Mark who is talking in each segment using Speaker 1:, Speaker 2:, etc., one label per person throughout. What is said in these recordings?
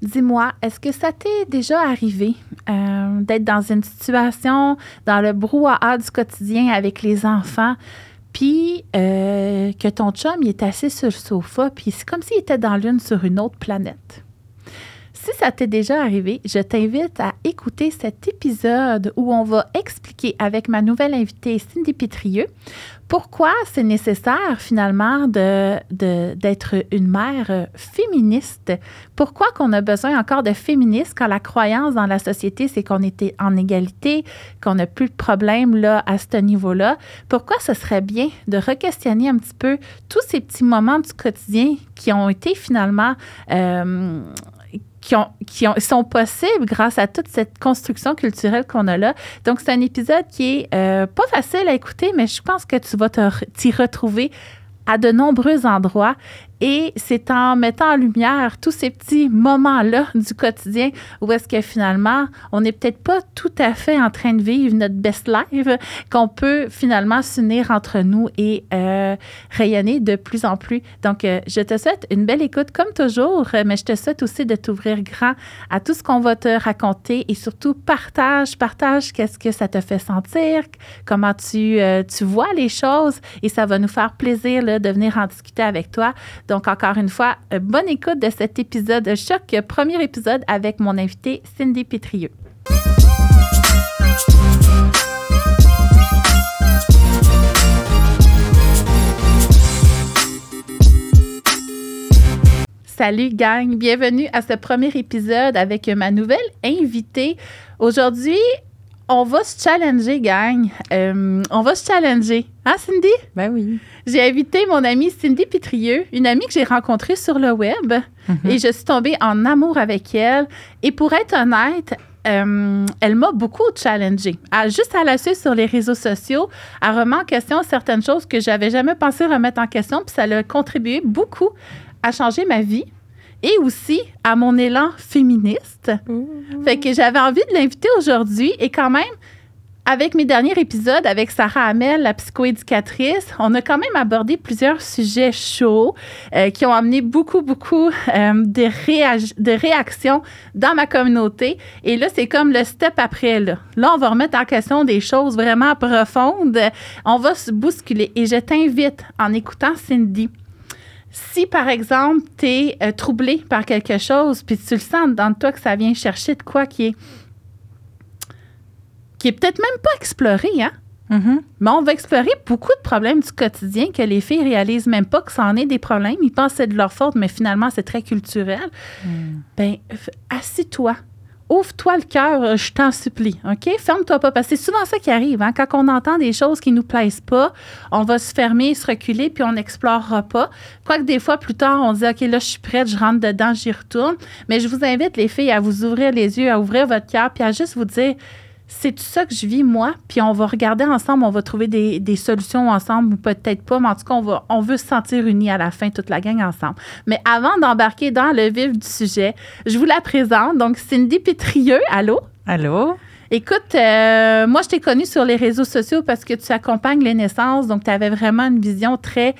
Speaker 1: Dis-moi, est-ce que ça t'est déjà arrivé d'être dans une situation, dans le brouhaha du quotidien avec les enfants, puis que ton chum il est assis sur le sofa, puis c'est comme s'il était dans l'une sur une autre planète? Si ça t'est déjà arrivé, je t'invite à écouter cet épisode où on va expliquer avec ma nouvelle invitée Cindy Pétrieux pourquoi c'est nécessaire finalement d'être une mère féministe. Pourquoi qu'on a besoin encore de féministes quand la croyance dans la société, c'est qu'on était en égalité, qu'on n'a plus de problème là, à ce niveau-là. Pourquoi ce serait bien de re-questionner un petit peu tous ces petits moments du quotidien qui ont été finalement... qui sont possibles grâce à toute cette construction culturelle qu'on a là. Donc, c'est un épisode qui est pas facile à écouter, mais je pense que tu vas t'y retrouver à de nombreux endroits. Et c'est en mettant en lumière tous ces petits moments-là du quotidien où est-ce que finalement, on n'est peut-être pas tout à fait en train de vivre notre best life, qu'on peut finalement s'unir entre nous et rayonner de plus en plus. Donc, je te souhaite une belle écoute comme toujours, mais je te souhaite aussi de t'ouvrir grand à tout ce qu'on va te raconter et surtout partage qu'est-ce que ça te fait sentir, comment tu vois les choses et ça va nous faire plaisir là, de venir en discuter avec toi. Donc, encore une fois, bonne écoute de cet épisode choc, premier épisode avec mon invitée Cindy Pétrieux. Salut gang, bienvenue à ce premier épisode avec ma nouvelle invitée. Aujourd'hui, on va se challenger, gang. On va se challenger. Hein, Cindy?
Speaker 2: Ben oui.
Speaker 1: J'ai invité mon amie Cindy Pétrieux, une amie que j'ai rencontrée sur le web. Et je suis tombée en amour avec elle. Et pour être honnête, elle m'a beaucoup challengée. Juste à la suite sur les réseaux sociaux, elle remet en question certaines choses que j'avais jamais pensé remettre en question. Puis ça a contribué beaucoup à changer ma vie. Et aussi à mon élan féministe. Fait que j'avais envie de l'inviter aujourd'hui. Et quand même, avec mes derniers épisodes avec Sarah Hamel, la psychoéducatrice, on a quand même abordé plusieurs sujets chauds qui ont amené beaucoup de réactions dans ma communauté. Et là, c'est comme le step après. Là, on va remettre en question des choses vraiment profondes. On va se bousculer. Et je t'invite, en écoutant Cindy, si, par exemple, tu es troublé par quelque chose, puis tu le sens dans toi que ça vient chercher de quoi qui est peut-être même pas exploré, hein? Mm-hmm. Mais on va explorer beaucoup de problèmes du quotidien que les filles réalisent même pas que ça en est des problèmes. Ils pensent que c'est de leur faute, mais finalement, c'est très culturel. Bien, assis-toi. Ouvre-toi le cœur, je t'en supplie, OK? Ferme-toi pas, parce que c'est souvent ça qui arrive. Hein? Quand on entend des choses qui nous plaisent pas, on va se fermer, se reculer, puis on n'explorera pas. Quoique des fois, plus tard, on dit, OK, là, je suis prête, je rentre dedans, j'y retourne. Mais je vous invite, les filles, à vous ouvrir les yeux, à ouvrir votre cœur, puis à juste vous dire, c'est tout ça que je vis, moi, puis on va regarder ensemble, on va trouver des solutions ensemble, ou peut-être pas, mais en tout cas, on veut se sentir unis à la fin, toute la gang ensemble. Mais avant d'embarquer dans le vif du sujet, je vous la présente. Donc, Cindy Pétrieux, allô?
Speaker 2: Allô?
Speaker 1: Écoute, moi, je t'ai connue sur les réseaux sociaux parce que tu accompagnes les naissances, donc tu avais vraiment une vision très...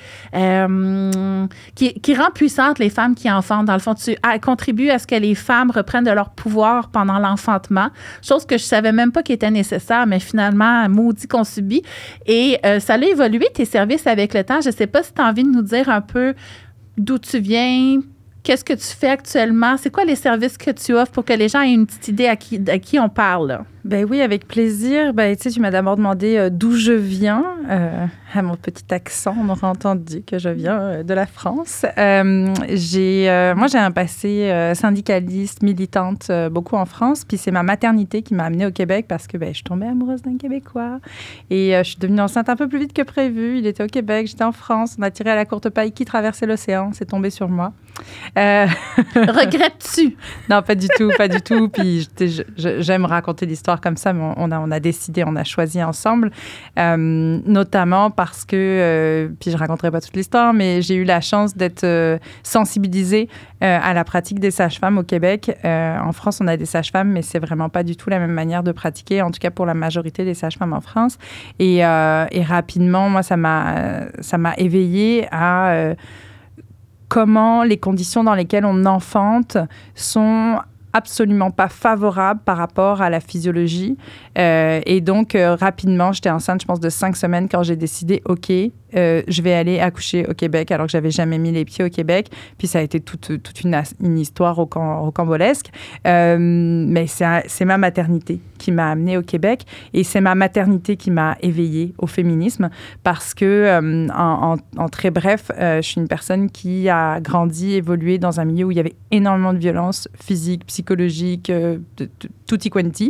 Speaker 1: qui rend puissante les femmes qui enfantent. Dans le fond, tu contribues à ce que les femmes reprennent de leur pouvoir pendant l'enfantement, chose que je savais même pas qui était nécessaire, mais finalement, maudit qu'on subit. Et ça a évolué, tes services, avec le temps. Je sais pas si tu as envie de nous dire un peu d'où tu viens, qu'est-ce que tu fais actuellement? C'est quoi les services que tu offres pour que les gens aient une petite idée à qui on parle? Là?
Speaker 2: Ben oui, avec plaisir. Ben, tu sais, tu m'as d'abord demandé d'où je viens. À mon petit accent, on aura entendu que je viens de la France. Moi, j'ai un passé syndicaliste, militante, beaucoup en France. Puis c'est ma maternité qui m'a amenée au Québec parce que je suis tombée amoureuse d'un Québécois. Et je suis devenue enceinte un peu plus vite que prévu. Il était au Québec, j'étais en France. On a tiré à la courte paille qui traversait l'océan. C'est tombé sur moi.
Speaker 1: Regrettes-tu?
Speaker 2: Non, pas du tout, pas du tout. Puis j'aime raconter l'histoire comme ça, mais on a décidé, on a choisi ensemble, notamment parce que, puis je raconterai pas toute l'histoire, mais j'ai eu la chance d'être sensibilisée à la pratique des sages-femmes au Québec. En France, on a des sages-femmes, mais c'est vraiment pas du tout la même manière de pratiquer, en tout cas pour la majorité des sages-femmes en France. Et rapidement, moi, ça m'a éveillée à comment les conditions dans lesquelles on enfante sont absolument pas favorables par rapport à la physiologie. Et donc, rapidement, j'étais enceinte, je pense, de 5 semaines quand j'ai décidé, OK, je vais aller accoucher au Québec, alors que j'avais jamais mis les pieds au Québec. Puis ça a été toute une histoire rocambolesque. Mais c'est ma maternité qui m'a amenée au Québec, et c'est ma maternité qui m'a éveillée au féminisme, parce que, en très bref, je suis une personne qui a grandi, évolué dans un milieu où il y avait énormément de violence physique, psychologique, tutti quanti.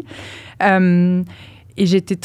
Speaker 2: Et j'étais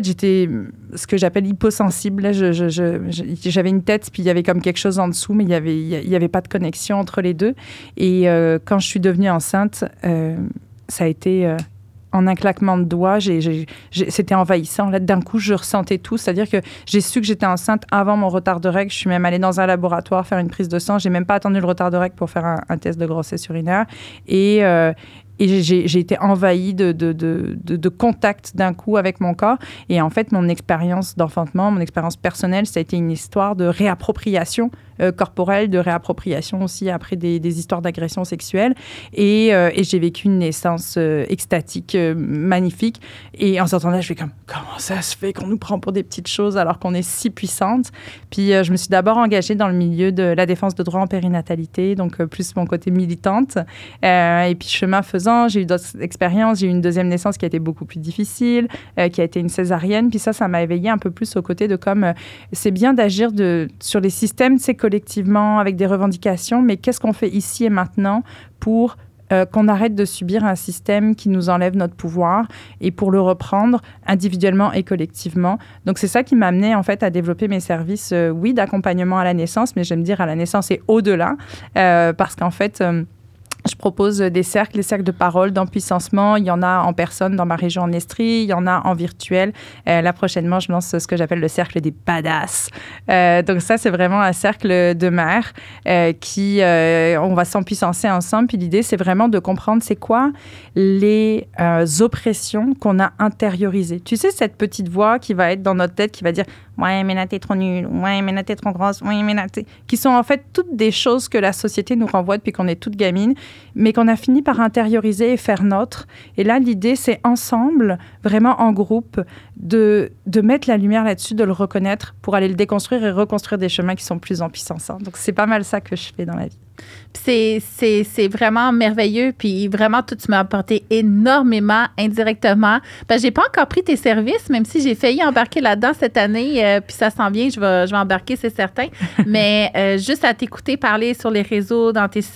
Speaker 2: ce que j'appelle hyposensible. Là, j'avais une tête, puis il y avait comme quelque chose en dessous, mais il y avait pas de connexion entre les deux. Et quand je suis devenue enceinte, ça a été en un claquement de doigts. C'était envahissant. Là, d'un coup, je ressentais tout. C'est-à-dire que j'ai su que j'étais enceinte avant mon retard de règles. Je suis même allée dans un laboratoire faire une prise de sang. J'ai même pas attendu le retard de règles pour faire un test de grossesse urinaire. Et j'ai été envahie de contact d'un coup avec mon corps. Et en fait, mon expérience d'enfantement, mon expérience personnelle, ça a été une histoire de réappropriation corporelle, de réappropriation aussi après des histoires d'agression sexuelle. Et j'ai vécu une naissance extatique, magnifique. Et en sortant de là, je fais comme, comment ça se fait qu'on nous prend pour des petites choses alors qu'on est si puissante? Puis je me suis d'abord engagée dans le milieu de la défense de droits en périnatalité, donc plus mon côté militante. Et puis chemin faisant, j'ai eu d'autres expériences. J'ai eu une deuxième naissance qui a été beaucoup plus difficile, qui a été une césarienne. Puis ça m'a éveillée un peu plus au côté de comme, c'est bien d'agir sur les systèmes, c'est collectivement, avec des revendications, mais qu'est-ce qu'on fait ici et maintenant pour qu'on arrête de subir un système qui nous enlève notre pouvoir, et pour le reprendre individuellement et collectivement. Donc, c'est ça qui m'a amenée, en fait, à développer mes services, oui, d'accompagnement à la naissance, mais j'aime dire à la naissance et au-delà, parce qu'en fait, je propose des cercles de parole, d'empuissancement. Il y en a en personne dans ma région en Estrie, il y en a en virtuel. Là, prochainement, je lance ce que j'appelle le cercle des badass. Donc ça, c'est vraiment un cercle de mères on va s'empuissancer ensemble. Puis l'idée, c'est vraiment de comprendre c'est quoi les oppressions qu'on a intériorisées. Tu sais, cette petite voix qui va être dans notre tête, qui va dire « Ouais, mais là, t'es trop nulle. Ouais, mais là, t'es trop grosse. Ouais, mais là, t'es... » Qui sont en fait toutes des choses que la société nous renvoie depuis qu'on est toute gamine, mais qu'on a fini par intérioriser et faire nôtre. Et là, l'idée, c'est ensemble, vraiment en groupe, de mettre la lumière là-dessus, de le reconnaître pour aller le déconstruire et reconstruire des chemins qui sont plus puissants. Donc, c'est pas mal ça que je fais dans la vie.
Speaker 1: C'est vraiment merveilleux. Puis vraiment, tu m'as apporté énormément indirectement. J'ai pas encore pris tes services, même si j'ai failli embarquer là-dedans cette année. Puis ça s'en vient, je vais embarquer, c'est certain. Mais juste à t'écouter parler sur les réseaux, dans tes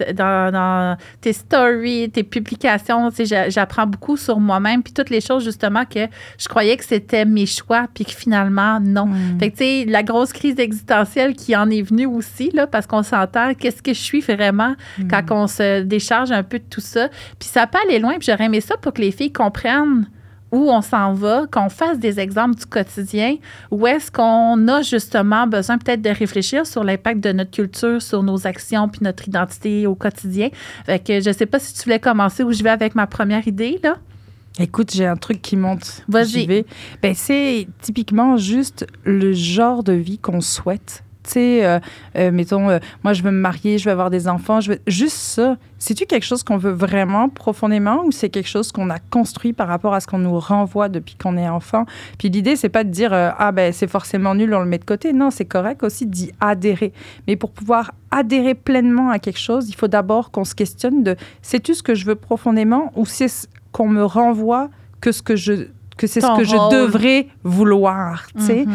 Speaker 1: stories, tes publications, j'apprends beaucoup sur moi-même. Puis toutes les choses, justement, que je croyais que c'était mes choix, puis que finalement, non. Fait que, tu sais, la grosse crise existentielle qui en est venue aussi, là, parce qu'on s'entend, qu'est-ce que je suis vraiment quand on se décharge un peu de tout ça. Puis ça peut aller loin, puis j'aurais aimé ça pour que les filles comprennent où on s'en va, qu'on fasse des exemples du quotidien, où est-ce qu'on a justement besoin peut-être de réfléchir sur l'impact de notre culture, sur nos actions, puis notre identité au quotidien. Fait que je sais pas si tu voulais commencer où je vais avec ma première idée, là.
Speaker 2: Écoute, j'ai un truc qui monte.
Speaker 1: Vas-y.
Speaker 2: J'y vais. C'est typiquement juste le genre de vie qu'on souhaite. Tu sais, mettons, moi, je veux me marier, je veux avoir des enfants, juste ça. C'est-tu quelque chose qu'on veut vraiment profondément, ou c'est quelque chose qu'on a construit par rapport à ce qu'on nous renvoie depuis qu'on est enfant? Puis l'idée, c'est pas de dire c'est forcément nul, on le met de côté. Non, c'est correct aussi d'y adhérer. Mais pour pouvoir adhérer pleinement à quelque chose, il faut d'abord qu'on se questionne de c'est-tu ce que je veux profondément, ou c'est ce qu'on me renvoie que c'est ce que je devrais vouloir, tu sais.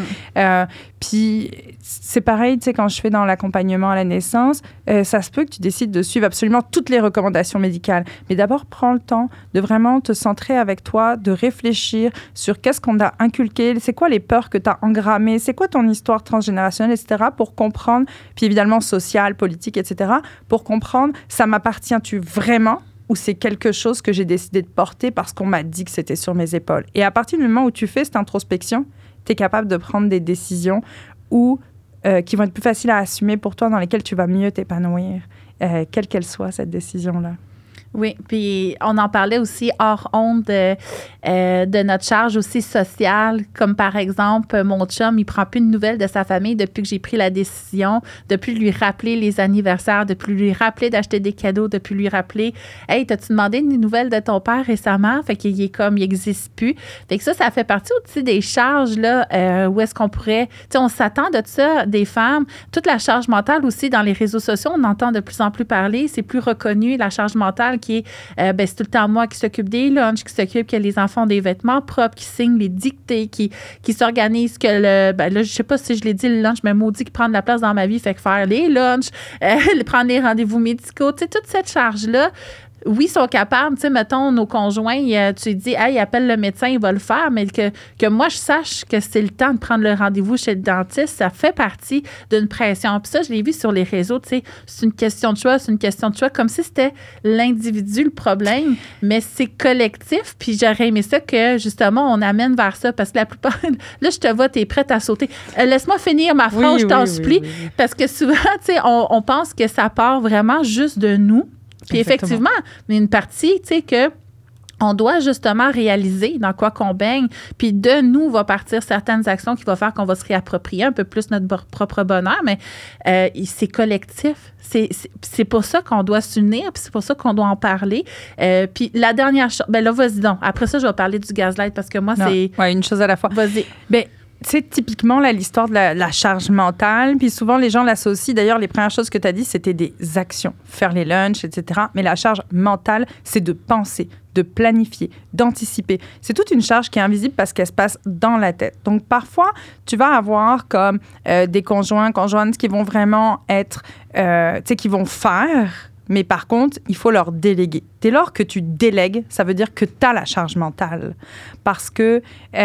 Speaker 2: Puis c'est pareil, tu sais, quand je fais dans l'accompagnement à la naissance, ça se peut que tu décides de suivre absolument toutes les recommandations médicales. Mais d'abord, prends le temps de vraiment te centrer avec toi, de réfléchir sur qu'est-ce qu'on a inculqué, c'est quoi les peurs que tu as engrammées, c'est quoi ton histoire transgénérationnelle, etc., pour comprendre, puis évidemment sociale, politique, etc., pour comprendre, ça m'appartient-tu vraiment, ou c'est quelque chose que j'ai décidé de porter parce qu'on m'a dit que c'était sur mes épaules. Et à partir du moment où tu fais cette introspection, tu es capable de prendre des décisions qui vont être plus faciles à assumer pour toi, dans lesquelles tu vas mieux t'épanouir, quelle qu'elle soit, cette décision-là.
Speaker 1: Oui, puis on en parlait aussi hors onde de notre charge aussi sociale, comme par exemple, mon chum, il prend plus de nouvelles de sa famille depuis que j'ai pris la décision de plus lui rappeler les anniversaires, de plus lui rappeler d'acheter des cadeaux, de plus lui rappeler « Hey, t'as-tu demandé des nouvelles de ton père récemment? » Fait qu'il est comme, il n'existe plus. Fait que ça fait partie aussi des charges, là, où est-ce qu'on pourrait... Tu sais, on s'attend de ça, des femmes. Toute la charge mentale aussi, dans les réseaux sociaux, on entend de plus en plus parler. C'est plus reconnu, la charge mentale qui est, c'est tout le temps moi qui s'occupe des lunchs, qui s'occupe que les enfants ont des vêtements propres, qui signe les dictées, qui s'organise que là, je sais pas si je l'ai dit, le lunch, mais maudit qui prend de la place dans ma vie, fait que faire les lunchs, prendre les rendez-vous médicaux, tu sais, toute cette charge-là, oui, ils sont capables, tu sais, mettons, nos conjoints, tu dis, hey, appelle le médecin, il va le faire, mais que moi, je sache que c'est le temps de prendre le rendez-vous chez le dentiste, ça fait partie d'une pression. Puis ça, je l'ai vu sur les réseaux, tu sais, c'est une question de choix, comme si c'était l'individu le problème, mais c'est collectif, puis j'aurais aimé ça que, justement, on amène vers ça, parce que la plupart, là, je te vois, t'es prête à sauter. Laisse-moi finir ma phrase, je t'en supplie, parce que souvent, tu sais, on pense que ça part vraiment juste de nous. Puis effectivement, mais une partie, tu sais, que on doit justement réaliser dans quoi qu'on baigne, puis de nous va partir certaines actions qui vont faire qu'on va se réapproprier un peu plus notre propre bonheur, mais c'est collectif. C'est pour ça qu'on doit s'unir, puis c'est pour ça qu'on doit en parler. Puis la dernière chose, ben là, vas-y donc. Après ça, je vais parler du gaslight parce que moi, c'est...
Speaker 2: Oui, une chose à la fois.
Speaker 1: Vas-y.
Speaker 2: Ben, tu sais, typiquement, là, l'histoire de la charge mentale, puis souvent, les gens l'associent. D'ailleurs, les premières choses que tu as dit, c'était des actions. Faire les lunchs, etc. Mais la charge mentale, c'est de penser, de planifier, d'anticiper. C'est toute une charge qui est invisible parce qu'elle se passe dans la tête. Donc, parfois, tu vas avoir comme des conjointes qui vont vraiment être, tu sais, qui vont faire... Mais par contre, il faut leur déléguer. Dès lors que tu délègues, ça veut dire que tu as la charge mentale. Parce que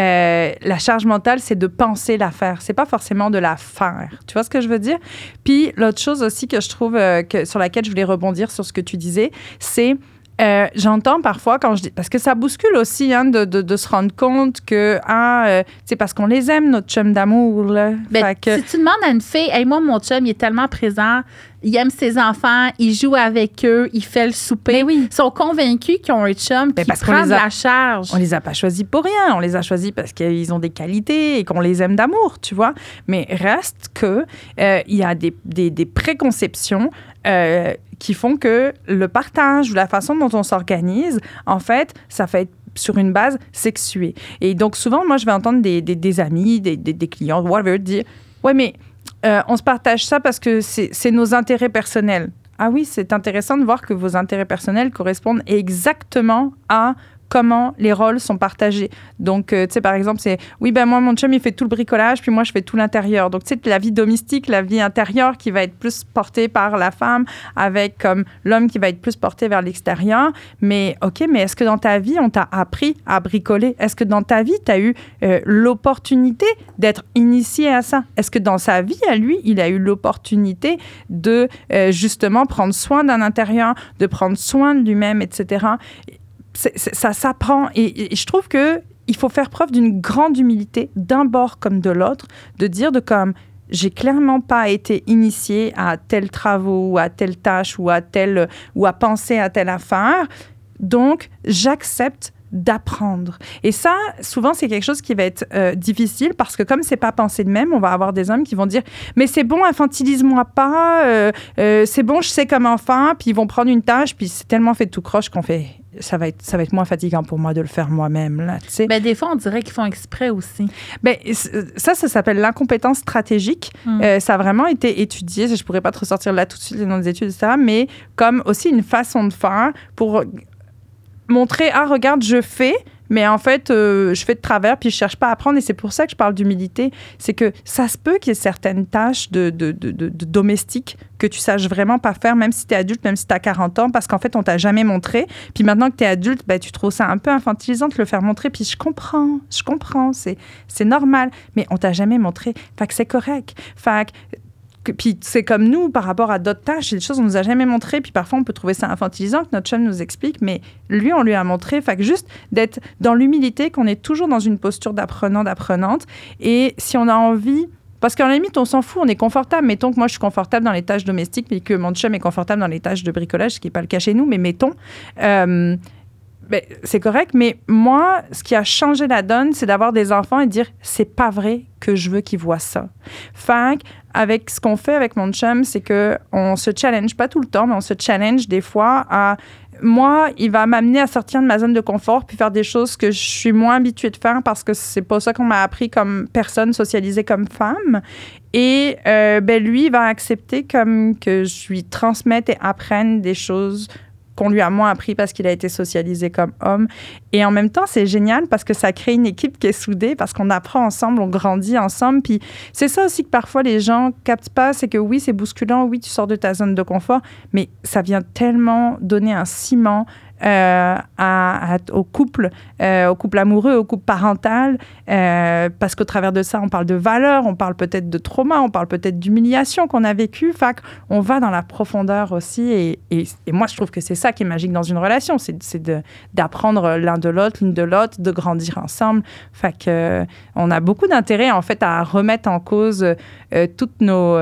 Speaker 2: la charge mentale, c'est de penser la faire. C'est pas forcément de la faire. Tu vois ce que je veux dire? Puis l'autre chose aussi que je trouve, sur laquelle je voulais rebondir sur ce que tu disais, c'est... j'entends parfois quand je dis... Parce que ça bouscule aussi de se rendre compte que, c'est parce qu'on les aime, notre chum d'amour. Là.
Speaker 1: Ben, si tu demandes à une fille, hey, moi, mon chum, il est tellement présent, il aime ses enfants, il joue avec eux, il fait le souper.
Speaker 2: Oui.
Speaker 1: Ils sont convaincus qu'ils ont un chum qui prend de la charge.
Speaker 2: On les a pas choisis pour rien. On les a choisis parce qu'ils ont des qualités et qu'on les aime d'amour, tu vois. Mais reste que il y a des préconceptions qui font que le partage ou la façon dont on s'organise, en fait, ça fait être sur une base sexuée. Et donc, souvent, moi, je vais entendre des amis, des clients, whatever, dire « Ouais, mais on se partage ça parce que c'est nos intérêts personnels. » Ah oui, c'est intéressant de voir que vos intérêts personnels correspondent exactement à comment les rôles sont partagés. Donc, tu sais, par exemple, c'est « Oui, ben moi, mon chum, il fait tout le bricolage, puis moi, je fais tout l'intérieur. » Donc, tu sais, la vie domestique, la vie intérieure qui va être plus portée par la femme avec comme l'homme qui va être plus porté vers l'extérieur. Mais, OK, mais est-ce que dans ta vie, on t'a appris à bricoler? Est-ce que dans ta vie, tu as eu l'opportunité d'être initié à ça? Est-ce que dans sa vie, à lui, il a eu l'opportunité de justement prendre soin d'un intérieur, de prendre soin de lui-même, etc.? Ça s'apprend et je trouve que il faut faire preuve d'une grande humilité d'un bord comme de l'autre, de dire comme j'ai clairement pas été initiée à tel travaux ou à telle tâche ou à penser à telle affaire, donc j'accepte d'apprendre. Et ça, souvent, c'est quelque chose qui va être difficile parce que comme c'est pas pensé de même, on va avoir des hommes qui vont dire « Mais c'est bon, infantilise-moi pas, c'est bon, je sais comment faire. » Puis ils vont prendre une tâche, puis c'est tellement fait tout croche qu'on fait « Ça va être moins fatigant pour moi de le faire moi-même. » là, tu sais.
Speaker 1: Ben, des fois, on dirait qu'ils font exprès aussi.
Speaker 2: Ben, ça s'appelle l'incompétence stratégique. Ça a vraiment été étudié. Je pourrais pas te ressortir là tout de suite les noms des études, etc., mais comme aussi une façon de faire pour montrer, regarde, je fais, mais en fait, je fais de travers, puis je cherche pas à apprendre. Et c'est pour ça que je parle d'humilité. C'est que ça se peut qu'il y ait certaines tâches de domestique que tu saches vraiment pas faire, même si tu es adulte, même si tu as 40 ans, parce qu'en fait, on t'a jamais montré. Puis maintenant que tu es adulte, ben, tu trouves ça un peu infantilisant de le faire montrer. Puis je comprends, c'est normal, mais on t'a jamais montré. Fait que c'est correct. Fait que puis c'est comme nous, par rapport à d'autres tâches, c'est des choses qu'on nous a jamais montrées, puis parfois on peut trouver ça infantilisant que notre chum nous explique, mais lui, on lui a montré. Fait que juste d'être dans l'humilité, qu'on est toujours dans une posture d'apprenant, d'apprenante, et si on a envie, Parce qu'à la limite, on s'en fout, on est confortable. Mettons que moi, je suis confortable dans les tâches domestiques, mais que mon chum est confortable dans les tâches de bricolage, ce qui n'est pas le cas chez nous, mais mettons... c'est correct, mais moi, ce qui a changé la donne, c'est d'avoir des enfants et de dire, c'est pas vrai que je veux qu'ils voient ça. Fait avec ce qu'on fait avec mon chum, c'est qu'on se challenge, pas tout le temps, mais on se challenge des fois à... Moi, il va m'amener à sortir de ma zone de confort puis faire des choses que je suis moins habituée de faire parce que c'est pas ça qu'on m'a appris comme personne socialisée comme femme. Et lui, il va accepter comme que je lui transmette et apprenne des choses qu'on lui a moins appris parce qu'il a été socialisé comme homme. Et en même temps, c'est génial parce que ça crée une équipe qui est soudée, parce qu'on apprend ensemble, on grandit ensemble. Puis c'est ça aussi que parfois les gens captent pas, c'est que oui, c'est bousculant, oui, tu sors de ta zone de confort, mais ça vient tellement donner un ciment au couple amoureux, au couple parental, parce qu'au travers de ça, on parle de valeurs, on parle peut-être de trauma, on parle peut-être d'humiliation qu'on a vécu. Fait qu'on va dans la profondeur aussi. Et moi, je trouve que c'est ça qui est magique dans une relation, c'est d'apprendre l'un de l'autre, l'une de l'autre, de grandir ensemble. Fait qu'on a beaucoup d'intérêt, en fait, à remettre en cause toutes nos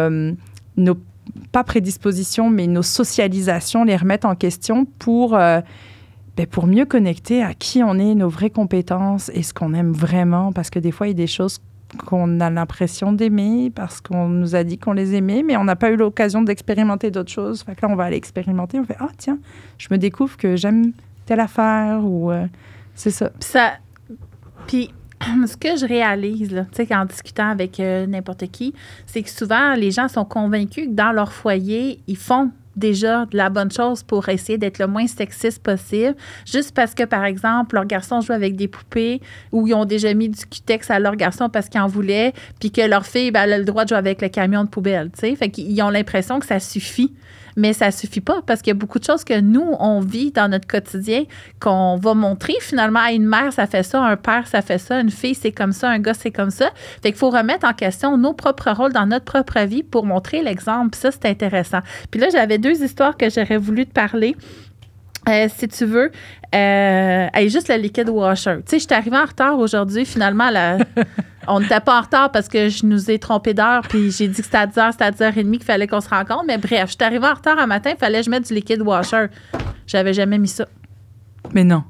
Speaker 2: pas prédispositions, mais nos socialisations, les remettre en question pour mieux connecter à qui on est, nos vraies compétences et ce qu'on aime vraiment. Parce que des fois, il y a des choses qu'on a l'impression d'aimer parce qu'on nous a dit qu'on les aimait, mais on n'a pas eu l'occasion d'expérimenter d'autres choses. Fait que là, on va aller expérimenter. On fait « Ah, tiens, je me découvre que j'aime telle affaire » ou c'est ça.
Speaker 1: Puis ce que je réalise, là, en discutant avec n'importe qui, c'est que souvent, les gens sont convaincus que dans leur foyer, ils font déjà de la bonne chose pour essayer d'être le moins sexiste possible, juste parce que, par exemple, leur garçon joue avec des poupées ou ils ont déjà mis du cutex à leur garçon parce qu'ils en voulaient, puis que leur fille, elle a le droit de jouer avec le camion de poubelle, tu sais. Fait qu'ils ont l'impression que ça suffit. Mais ça suffit pas parce qu'il y a beaucoup de choses que nous, on vit dans notre quotidien qu'on va montrer finalement à une mère, ça fait ça, un père, ça fait ça, une fille, c'est comme ça, un gars, c'est comme ça. Fait qu'il faut remettre en question nos propres rôles dans notre propre vie pour montrer l'exemple. Puis ça, c'est intéressant. Puis là, j'avais 2 histoires que j'aurais voulu te parler. Si tu veux, juste le liquid washer. Tu sais, je suis arrivée en retard aujourd'hui. Finalement, on n'était pas en retard parce que je nous ai trompé d'heure. Puis j'ai dit que c'était à 10h, c'était à 10h30 qu'il fallait qu'on se rencontre. Mais bref, je suis arrivée en retard un matin. Il fallait que je mette du liquid washer. J'avais jamais mis ça.
Speaker 2: Mais non.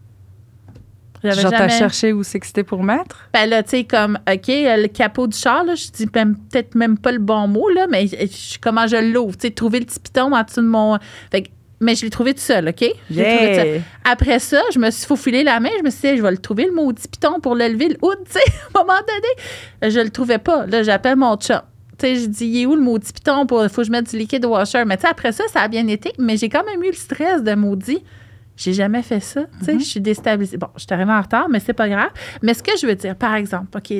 Speaker 1: T'as
Speaker 2: cherché où c'est que c'était pour mettre?
Speaker 1: Ben là, tu sais, comme, OK, le capot du char, là, je dis peut-être même pas le bon mot, là, mais comment je l'ouvre? Tu sais, trouver le petit piton en dessous de mon... Mais je l'ai trouvé tout seul, OK?
Speaker 2: Yeah.
Speaker 1: Après ça, je me suis faufilé la main. Je me suis dit, je vais le trouver, le maudit piton, pour le lever le hood, tu sais, à un moment donné. Je le trouvais pas. Là, j'appelle mon chum. Tu sais, je dis, il est où le maudit piton? Il faut que je mette du liquide washer. Mais tu sais, après ça, ça a bien été. Mais j'ai quand même eu le stress de maudit. J'ai jamais fait ça. Tu sais, je suis déstabilisée. Bon, je suis arrivée en retard, mais c'est pas grave. Mais ce que je veux dire, par exemple, OK.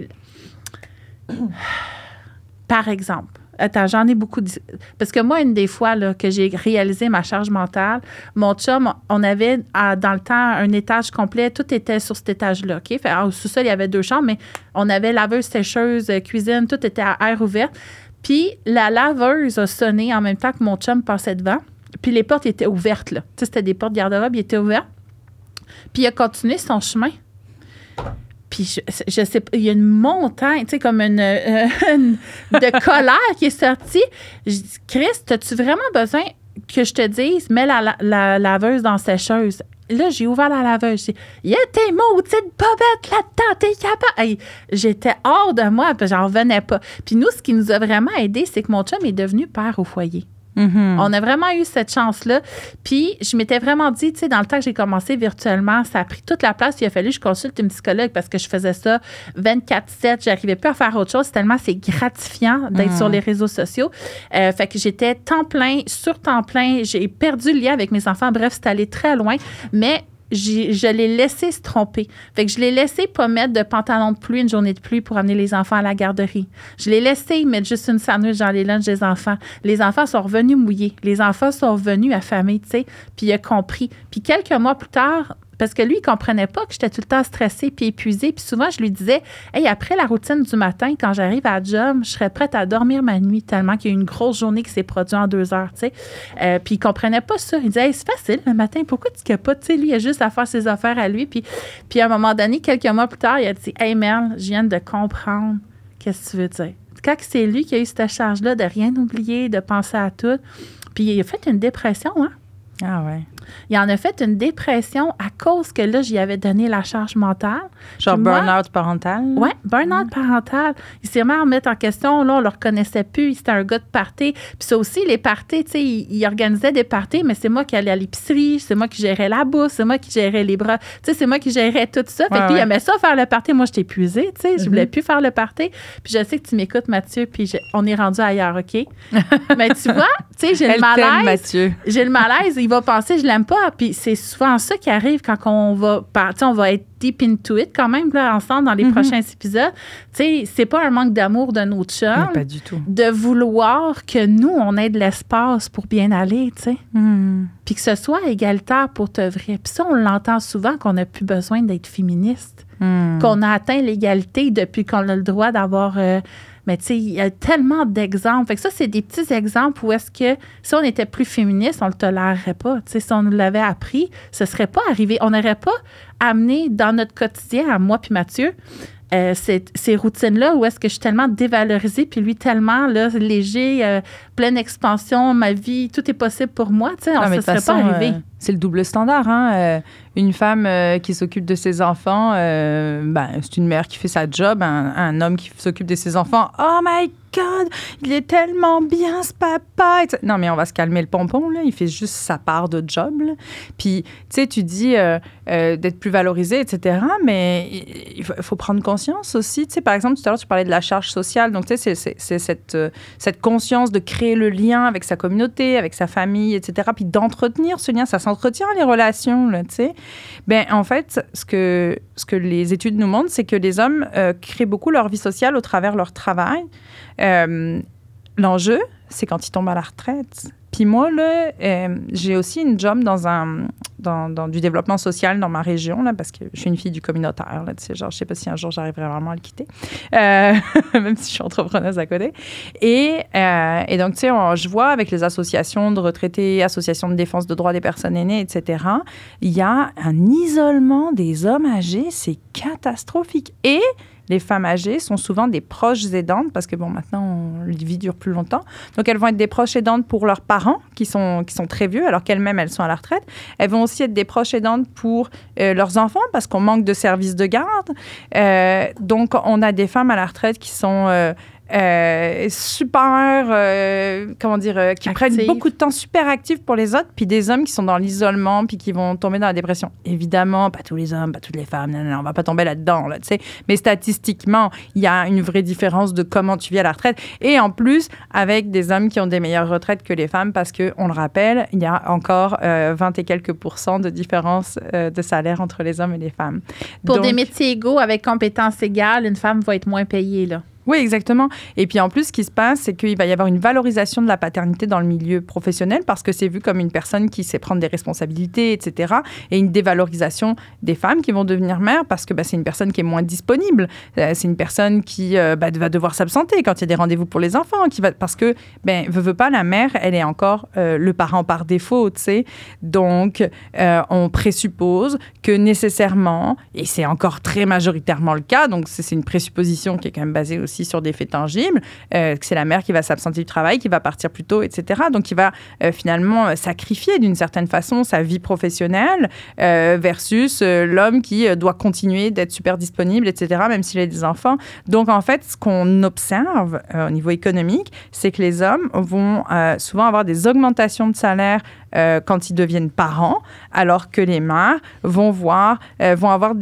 Speaker 1: Par exemple, attends, j'en ai beaucoup. Parce que moi, une des fois là, que j'ai réalisé ma charge mentale, mon chum, on avait dans le temps un étage complet. Tout était sur cet étage-là. OK? Au sous-sol, il y avait 2 chambres, mais on avait laveuse, sécheuse, cuisine, tout était à air ouvert. Puis la laveuse a sonné en même temps que mon chum passait devant. Puis les portes étaient ouvertes, là. Tu sais, c'était des portes garde-robe, ils étaient ouvertes. Puis il a continué son chemin. Puis je sais pas, il y a une montagne, tu sais, comme une de colère qui est sortie. Je dis, Chris, as-tu vraiment besoin que je te dise, mets la laveuse dans la sécheuse? Là, j'ai ouvert la laveuse. J'ai dit, il y a tes maudites bobettes là-dedans, t'es capable. Hey, j'étais hors de moi, puis j'en revenais pas. Puis nous, ce qui nous a vraiment aidé, c'est que mon chum est devenu père au foyer. Mm-hmm. On a vraiment eu cette chance-là. Puis, je m'étais vraiment dit, tu sais, dans le temps que j'ai commencé virtuellement, ça a pris toute la place. Il a fallu que je consulte une psychologue parce que je faisais ça 24/7. J'arrivais plus à faire autre chose tellement c'est gratifiant d'être sur les réseaux sociaux. Fait que j'étais sur temps plein. J'ai perdu le lien avec mes enfants. Bref, c'est allé très loin. Mais je l'ai laissé se tromper. Fait que je l'ai laissé pas mettre de pantalon de pluie une journée de pluie pour amener les enfants à la garderie. Je l'ai laissé mettre juste une sandwich dans les lunchs des enfants. Les enfants sont revenus mouillés. Les enfants sont revenus affamés, tu sais. Puis il a compris. Puis quelques mois plus tard, parce que lui, il comprenait pas que j'étais tout le temps stressée puis épuisée. Puis souvent, je lui disais, « Hey, après la routine du matin, quand j'arrive à la job, je serais prête à dormir ma nuit tellement qu'il y a eu une grosse journée qui s'est produite en 2 heures, tu sais. » Puis il comprenait pas ça. Il disait, « Hey, c'est facile le matin, pourquoi tu capotes? Tu sais, lui, il a juste à faire ses affaires à lui. » Puis à un moment donné, quelques mois plus tard, il a dit, « Hey, Merle, je viens de comprendre. Qu'est-ce que tu veux dire? » quand c'est lui qui a eu cette charge-là de rien oublier, de penser à tout, puis il a fait une dépression, hein?
Speaker 2: Ah ouais.
Speaker 1: Il en a fait une dépression à cause que là, j'y avais donné la charge mentale.
Speaker 2: Genre burn-out parental?
Speaker 1: Oui, burn-out parental. Il s'est mis à remettre en question. Là, on ne le reconnaissait plus. C'était un gars de party. Puis ça aussi, les parties, tu sais, il organisait des parties, mais c'est moi qui allais à l'épicerie, c'est moi qui gérais la bourse, c'est moi qui gérais les bras. Tu sais, c'est moi qui gérais tout ça. Fait que lui, il aimait ça faire le party. Moi, j'étais épuisée, tu sais. Je voulais plus faire le party. Puis je sais que tu m'écoutes, Mathieu, puis on est rendu ailleurs, OK? Mais tu vois, tu sais, j'ai le malaise.
Speaker 2: Mathieu.
Speaker 1: J'ai le malaise. Il va penser, je l'aime pas. Puis c'est souvent ça qui arrive quand on va être deep into it quand même là, ensemble dans les prochains épisodes. Tu sais, c'est pas un manque d'amour de notre chum.
Speaker 2: Pas du tout.
Speaker 1: De vouloir que nous, on ait de l'espace pour bien aller, tu sais. Puis que ce soit égalitaire pour t'œuvrer. Puis ça, on l'entend souvent qu'on n'a plus besoin d'être féministe. Qu'on a atteint l'égalité depuis qu'on a le droit d'avoir... mais tu sais, il y a tellement d'exemples. Fait que ça, c'est des petits exemples où est-ce que si on était plus féministe, on le tolérerait pas. Tu sais, si on nous l'avait appris, ce serait pas arrivé. On n'aurait pas amené dans notre quotidien, à moi puis Mathieu, ces routines-là où est-ce que je suis tellement dévalorisée puis lui tellement là, léger, pleine expansion, ma vie, tout est possible pour moi. Tu sais, ça serait pas arrivé.
Speaker 2: C'est le double standard, hein. Une femme qui s'occupe de ses enfants, c'est une mère qui fait sa job. Un homme qui s'occupe de ses enfants, oh my God, il est tellement bien ce papa. Non, mais on va se calmer le pompon, là. Il fait juste sa part de job, là. Puis, tu sais, tu dis d'être plus valorisé, etc. Mais il faut prendre conscience aussi. Tu sais, par exemple, tout à l'heure, tu parlais de la charge sociale. Donc, tu sais, c'est cette conscience de créer le lien avec sa communauté, avec sa famille, etc. Puis d'entretenir ce lien. Ça s'entretient, les relations, là, tu sais. Ben, en fait, ce que les études nous montrent, c'est que les hommes créent beaucoup leur vie sociale au travers de leur travail. L'enjeu, c'est quand ils tombent à la retraite. Puis moi, là, j'ai aussi une job dans du développement social dans ma région, là, parce que je suis une fille du communautaire. Là, tu sais, genre, je ne sais pas si un jour j'arriverai vraiment à le quitter, même si je suis entrepreneuse à côté. Et donc, tu sais, je vois avec les associations de retraités, associations de défense de droits des personnes aînées, etc., il y a un isolement des hommes âgés, c'est catastrophique. Et les femmes âgées sont souvent des proches aidantes parce que, bon, maintenant, la vie dure plus longtemps. Donc, elles vont être des proches aidantes pour leurs parents qui sont très vieux alors qu'elles-mêmes, elles sont à la retraite. Elles vont aussi être des proches aidantes pour leurs enfants parce qu'on manque de services de garde. Donc, on a des femmes à la retraite qui sont... super, qui prennent beaucoup de temps, super actifs pour les autres, puis des hommes qui sont dans l'isolement, puis qui vont tomber dans la dépression. Évidemment, pas tous les hommes, pas toutes les femmes, non, on va pas tomber là-dedans, là, tu sais. Mais statistiquement, il y a une vraie différence de comment tu vis à la retraite. Et en plus, avec des hommes qui ont des meilleures retraites que les femmes, parce qu'on le rappelle, il y a encore 20 et quelques % de différence de salaire entre les hommes et les femmes.
Speaker 1: Pour des métiers égaux avec compétences égales, une femme va être moins payée, là.
Speaker 2: Oui, exactement. Et puis en plus, ce qui se passe, c'est qu'il va y avoir une valorisation de la paternité dans le milieu professionnel parce que c'est vu comme une personne qui sait prendre des responsabilités, etc. Et une dévalorisation des femmes qui vont devenir mères parce que c'est une personne qui est moins disponible. C'est une personne qui va devoir s'absenter quand il y a des rendez-vous pour les enfants. Parce que, veut pas, la mère, elle est encore le parent par défaut, tu sais. Donc, on présuppose que nécessairement, et c'est encore très majoritairement le cas, donc c'est une présupposition qui est quand même basée aussi sur des faits tangibles, que c'est la mère qui va s'absenter du travail, qui va partir plus tôt, etc. Donc, qui va finalement sacrifier d'une certaine façon sa vie professionnelle versus l'homme qui doit continuer d'être super disponible, etc., même s'il a des enfants. Donc, en fait, ce qu'on observe au niveau économique, c'est que les hommes vont souvent avoir des augmentations de salaire quand ils deviennent parents, alors que les mères vont avoir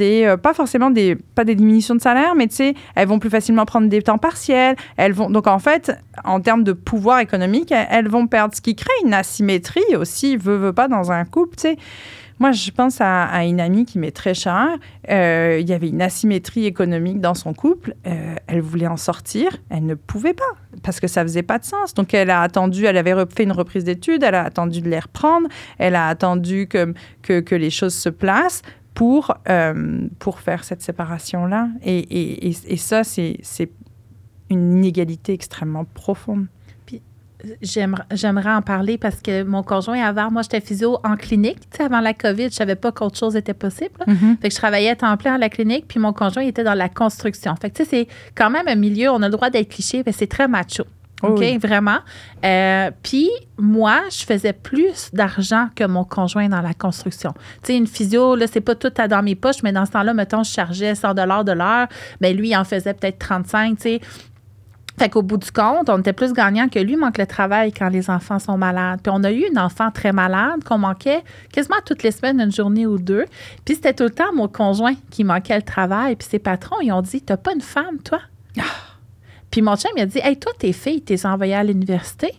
Speaker 2: pas des diminutions de salaire, mais tu sais, elles vont plus facilement prendre des temps partiels. Donc, en fait, en termes de pouvoir économique, elles vont perdre, ce qui crée une asymétrie aussi, veut pas, dans un couple, tu sais. Moi, je pense à une amie qui m'est très chère. Il y avait une asymétrie économique dans son couple. Elle voulait en sortir. Elle ne pouvait pas parce que ça faisait pas de sens. Donc, elle a attendu. Elle avait fait une reprise d'études. Elle a attendu de les reprendre. Elle a attendu que les choses se placent pour faire cette séparation-là. Et ça, c'est une inégalité extrêmement profonde.
Speaker 1: j'aimerais en parler parce que mon conjoint, moi, j'étais physio en clinique. Tu sais, avant la COVID, je savais pas qu'autre chose était possible. Fait que je travaillais à temps plein à la clinique, puis mon conjoint était dans la construction. Fait que, tu sais, c'est quand même un milieu, on a le droit d'être cliché, mais c'est très macho. OK, oui. Vraiment. Puis moi, je faisais plus d'argent que mon conjoint dans la construction. Tu sais, une physio, là, c'est pas tout dans mes poches, mais dans ce temps-là, mettons, je chargeais 100 de l'heure. Bien, lui, il en faisait peut-être 35, tu sais. Fait qu'au bout du compte, on était plus gagnant que lui manque le travail quand les enfants sont malades. Puis on a eu une enfant très malade qu'on manquait quasiment toutes les semaines, une journée ou deux. Puis c'était tout le temps mon conjoint qui manquait le travail. Puis ses patrons, ils ont dit, t'as pas une femme, toi? Puis mon chum, il a dit, hey, toi, tes filles, t'es envoyées à l'université?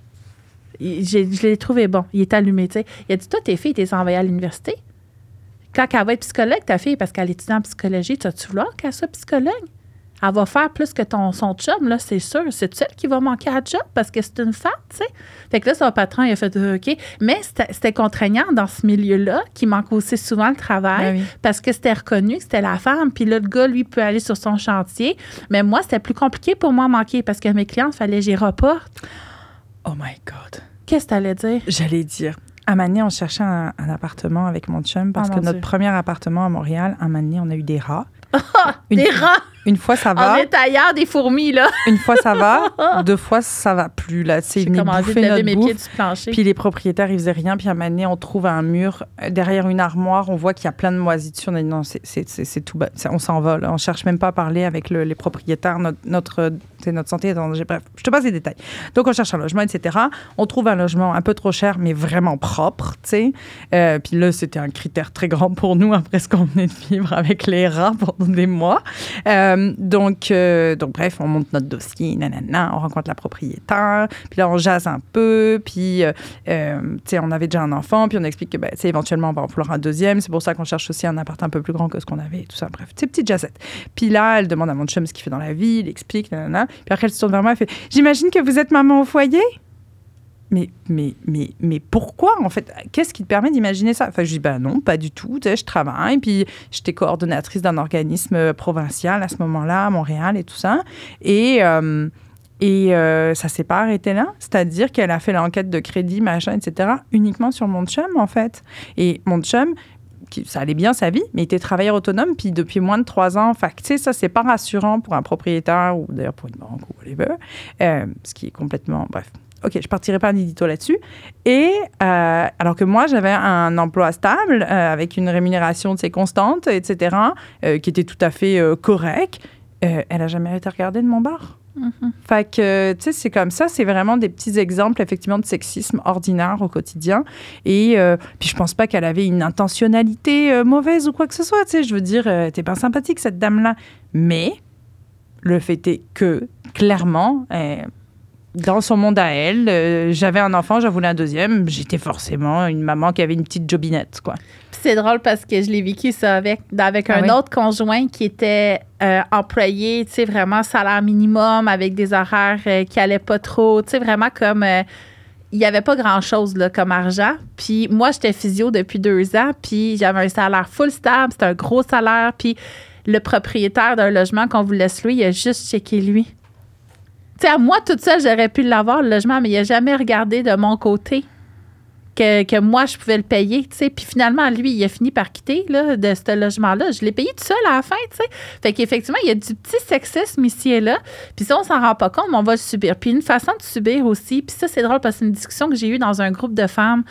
Speaker 1: Je l'ai trouvé bon. Il est allumé, tu sais. Il a dit, toi, tes filles, t'es envoyées à l'université? Quand elle va être psychologue, ta fille, parce qu'elle étudie en psychologie, tu vouloir qu'elle soit psychologue? Elle va faire plus que son chum, là, c'est sûr. C'est elle qui va manquer à job parce que c'est une femme, tu sais. Fait que là, son patron, il a fait OK. Mais c'était contraignant dans ce milieu-là, qui manque aussi souvent le travail, parce que c'était reconnu que c'était la femme. Puis là, le gars, lui, peut aller sur son chantier. Mais moi, c'était plus compliqué pour moi manquer parce que mes clients, il fallait que j'y reporte.
Speaker 2: Oh my God.
Speaker 1: Qu'est-ce que tu allais dire?
Speaker 2: J'allais dire. À un moment donné, on cherchait un appartement avec mon chum parce que notre premier appartement à Montréal, un moment donné, on a eu des rats.
Speaker 1: Des rats!
Speaker 2: Une fois, ça va.
Speaker 1: On est ailleurs des fourmis, là.
Speaker 2: Une fois, ça va. 2 fois, ça va plus, là. C'est venu bouffer notre
Speaker 1: mes
Speaker 2: bouffe.
Speaker 1: Pieds du plancher.
Speaker 2: Puis les propriétaires, ils faisaient rien. Puis à un moment donné, on trouve un mur. Derrière une armoire, on voit qu'il y a plein de moisissures. On a dit non, c'est tout bas. On s'en va, là. On cherche même pas à parler avec les propriétaires. Notre santé est en danger. Bref, je te passe les détails. Donc, on cherche un logement, etc. On trouve un logement un peu trop cher, mais vraiment propre, tu sais. Puis là, c'était un critère très grand pour nous, après ce qu'on venait de vivre avec les rats pendant des mois. Donc, bref, on monte notre dossier, nanana, on rencontre la propriétaire, puis là, on jase un peu, puis, tu sais, on avait déjà un enfant, puis on explique que, tu sais, éventuellement, on va en vouloir un deuxième. C'est pour ça qu'on cherche aussi un appart un peu plus grand que ce qu'on avait, et tout ça. Bref, tu sais, petite jazzette. Puis là, elle demande à mon chum ce qu'il fait dans la vie, il explique, nanana. Puis après, elle se tourne vers moi, elle fait « J'imagine que vous êtes maman au foyer ?» Mais pourquoi, en fait? Qu'est-ce qui te permet d'imaginer ça? Enfin, je dis, non, pas du tout. Tu sais, je travaille, puis j'étais coordonnatrice d'un organisme provincial à ce moment-là, à Montréal et tout ça. Et ça s'est pas arrêté là. C'est-à-dire qu'elle a fait l'enquête de crédit, machin, etc., uniquement sur mon chum, en fait. Et mon chum, ça allait bien sa vie, mais il était travailleur autonome, puis depuis moins de 3 ans. Fait que, tu sais, ça, c'est pas rassurant pour un propriétaire ou d'ailleurs pour une banque ou whatever. Ce qui est complètement... Bref. OK, je ne partirai pas un édito là-dessus. Et alors que moi, j'avais un emploi stable avec une rémunération constante, etc., qui était tout à fait correcte. Elle n'a jamais été regardée de mon bord. Mm-hmm. Fait que, tu sais, c'est comme ça. C'est vraiment des petits exemples, effectivement, de sexisme ordinaire au quotidien. Et puis, je pense pas qu'elle avait une intentionnalité mauvaise ou quoi que ce soit. Tu sais, je veux dire, t'es pas sympathique, cette dame-là. Mais le fait est que, clairement... dans son monde à elle, j'avais un enfant, j'en voulais un deuxième. J'étais forcément une maman qui avait une petite jobinette, quoi.
Speaker 1: Puis c'est drôle parce que je l'ai vécu ça avec un autre conjoint qui était employé, tu sais, vraiment salaire minimum avec des horaires qui allaient pas trop, tu sais, vraiment comme... il n'y avait pas grand-chose là, comme argent. Puis moi, j'étais physio depuis 2 ans, puis j'avais un salaire full stable, c'était un gros salaire. Puis le propriétaire d'un logement qu'on voulait se louer, il a juste checké lui. Tu sais, moi, toute seule, j'aurais pu l'avoir, le logement, mais il n'a jamais regardé de mon côté que moi, je pouvais le payer, tu sais. Puis finalement, lui, il a fini par quitter là, de ce logement-là. Je l'ai payé tout seul à la fin, tu sais. Fait qu'effectivement, il y a du petit sexisme ici et là. Puis ça, on s'en rend pas compte, mais on va le subir. Puis une façon de subir aussi, puis ça, c'est drôle parce que c'est une discussion que j'ai eue dans un groupe de femmes.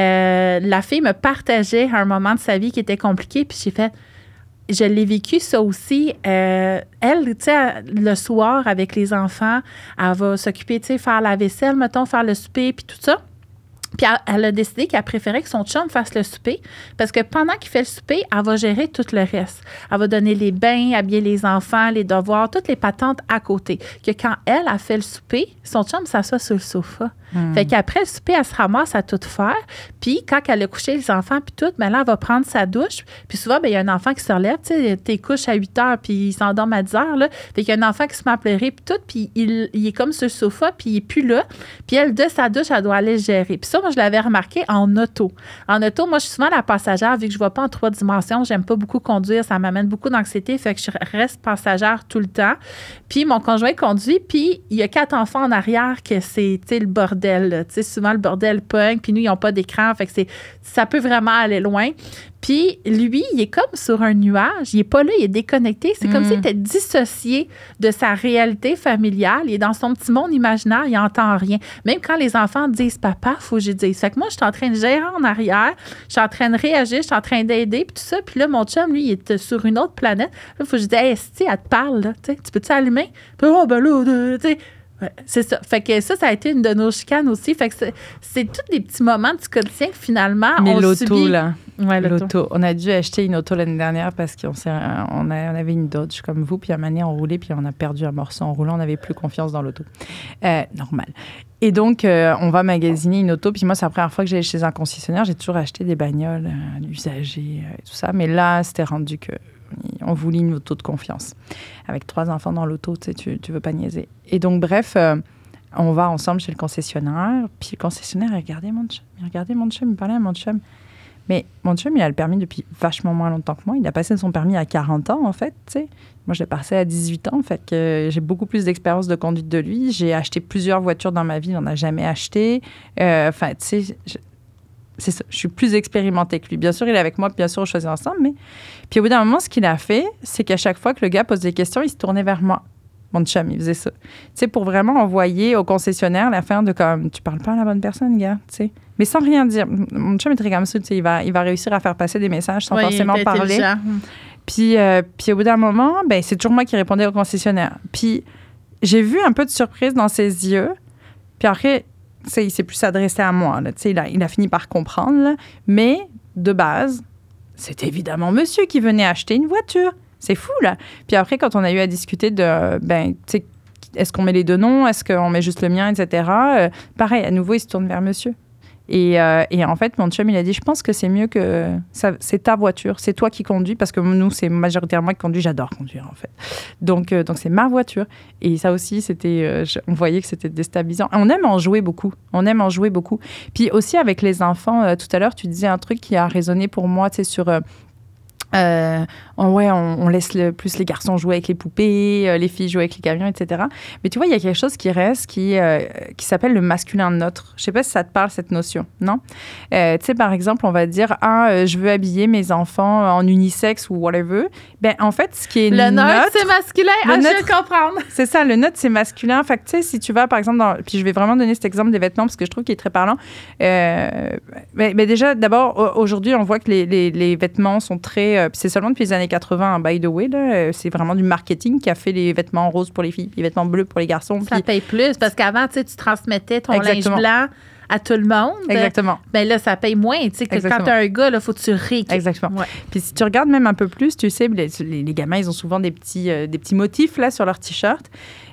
Speaker 1: La fille me partageait un moment de sa vie qui était compliqué, puis j'ai fait... Je l'ai vécu, ça aussi. Elle, tu sais, le soir, avec les enfants, elle va s'occuper, tu sais, faire la vaisselle, mettons, faire le souper, puis tout ça. Puis elle a décidé qu'elle préférait que son chum fasse le souper parce que pendant qu'il fait le souper, elle va gérer tout le reste. Elle va donner les bains, habiller les enfants, les devoirs, toutes les patentes à côté. Que quand elle a fait le souper, son chum s'assoit sur le sofa. Fait qu'après le souper, elle se ramasse à tout faire. Puis quand elle a couché les enfants, puis tout, ben là, elle va prendre sa douche. Puis souvent, ben il y a un enfant qui se relève. Tu sais, t'es couches à 8 heures, puis il s'endorme à 10 heures. Là. Fait qu'il y a un enfant qui se met à pleurer, puis tout. Puis il est comme sur le sofa, puis il n'est plus là. Puis elle, de sa douche, elle doit aller le gérer. Puis ça, ça, moi, je l'avais remarqué en auto. En auto, moi, je suis souvent la passagère, vu que je ne vais pas en 3 dimensions. J'aime pas beaucoup conduire. Ça m'amène beaucoup d'anxiété. Fait que je reste passagère tout le temps. Puis mon conjoint conduit. Puis il y a 4 enfants en arrière que c'est, tu sais, le bordel. Là. Tu sais, souvent, le bordel pogne. Puis nous, ils n'ont pas d'écran. Fait que ça peut vraiment aller loin. Puis lui, il est comme sur un nuage. Il n'est pas là, il est déconnecté. C'est comme s'il était dissocié de sa réalité familiale. Il est dans son petit monde imaginaire, il n'entend rien. Même quand les enfants disent « Papa, il faut que je dise ». Fait que moi, je suis en train de gérer en arrière, je suis en train de réagir, je suis en train d'aider, puis tout ça. Puis là, mon chum, lui, il est sur une autre planète. Là, il faut que je dise « Hey, Esti, elle te parle, là. Tu peux-tu allumer? » Puis « Oh, ben là, tu sais. » Ouais, c'est ça. Fait que ça a été une de nos chicanes aussi. Fait que c'est tous des petits moments du quotidien que finalement,
Speaker 2: mais
Speaker 1: on
Speaker 2: l'auto,
Speaker 1: subit.
Speaker 2: là.
Speaker 1: Ouais,
Speaker 2: l'auto. On a dû acheter une auto l'année dernière parce qu'on avait une Dodge comme vous, puis à un moment donné, on roulait, puis on a perdu un morceau en roulant. On n'avait plus confiance dans l'auto. Normal. Et donc, on va magasiner une auto. Puis moi, c'est la première fois que j'allais chez un concessionnaire. J'ai toujours acheté des bagnoles usagées et tout ça. Mais là, c'était rendu que on voulait une auto de confiance. Avec 3 enfants dans l'auto, tu veux pas niaiser. Et donc, bref, on va ensemble chez le concessionnaire. Puis le concessionnaire, il regardait mon chum, il parlait à mon chum. Mais mon chum, il a le permis depuis vachement moins longtemps que moi. Il a passé son permis à 40 ans, en fait, tu sais. Moi, je l'ai passé à 18 ans, fait que j'ai beaucoup plus d'expérience de conduite de lui. J'ai acheté plusieurs voitures dans ma vie, il n'en a jamais acheté. Enfin, tu sais... C'est ça, je suis plus expérimentée que lui. Bien sûr, il est avec moi, puis bien sûr, on choisit ensemble. Mais... Puis au bout d'un moment, ce qu'il a fait, c'est qu'à chaque fois que le gars pose des questions, il se tournait vers moi. Mon chum, il faisait ça. Tu sais, pour vraiment envoyer au concessionnaire l'affaire de comme, tu parles pas à la bonne personne, gars, tu sais. Mais sans rien dire. Mon chum est très comme ça, tu sais, il va réussir à faire passer des messages sans forcément parler. Puis au bout d'un moment, ben c'est toujours moi qui répondais au concessionnaire. Puis j'ai vu un peu de surprise dans ses yeux. Puis après... il s'est plus adressé à moi. Là. Il a fini par comprendre. Là. Mais, de base, c'est évidemment monsieur qui venait acheter une voiture. C'est fou, là. Puis après, quand on a eu à discuter de, est-ce qu'on met les 2 noms? Est-ce qu'on met juste le mien, etc. Pareil, à nouveau, il se tourne vers monsieur. Et en fait, mon chum, il a dit, je pense que c'est mieux que... c'est ta voiture, c'est toi qui conduis, parce que nous, c'est majoritairement moi qui conduis. J'adore conduire, en fait. Donc c'est ma voiture. Et ça aussi, c'était... on voyait que c'était déstabilisant. On aime en jouer beaucoup. Puis aussi, avec les enfants, tout à l'heure, tu disais un truc qui a résonné pour moi, tu sais, sur... on laisse plus les garçons jouer avec les poupées, les filles jouer avec les camions, etc. Mais tu vois, il y a quelque chose qui reste qui s'appelle le masculin neutre. Je sais pas si ça te parle, cette notion, non? Tu sais, par exemple, on va dire, je veux habiller mes enfants en unisexe ou whatever. Ben, en fait, ce qui est
Speaker 1: le neutre, c'est masculin. Je vais comprendre.
Speaker 2: C'est ça, le neutre, c'est masculin. Fait que, tu sais, si tu vas, par exemple, puis je vais vraiment donner cet exemple des vêtements parce que je trouve qu'il est très parlant. Mais déjà, d'abord, aujourd'hui, on voit que les vêtements sont très... puis c'est seulement depuis les années 80, by the way, là, c'est vraiment du marketing qui a fait les vêtements roses pour les filles, puis les vêtements bleus pour les garçons.
Speaker 1: Ça paye plus, parce qu'avant, tu sais, tu transmettais ton linge blanc à tout le monde.
Speaker 2: Exactement.
Speaker 1: Ben là, ça paye moins. Tu sais, que quand tu as un gars, il faut que tu rééquipes.
Speaker 2: Exactement. Ouais. Puis si tu regardes même un peu plus, tu sais, les gamins, ils ont souvent des petits motifs là, sur leur t-shirt.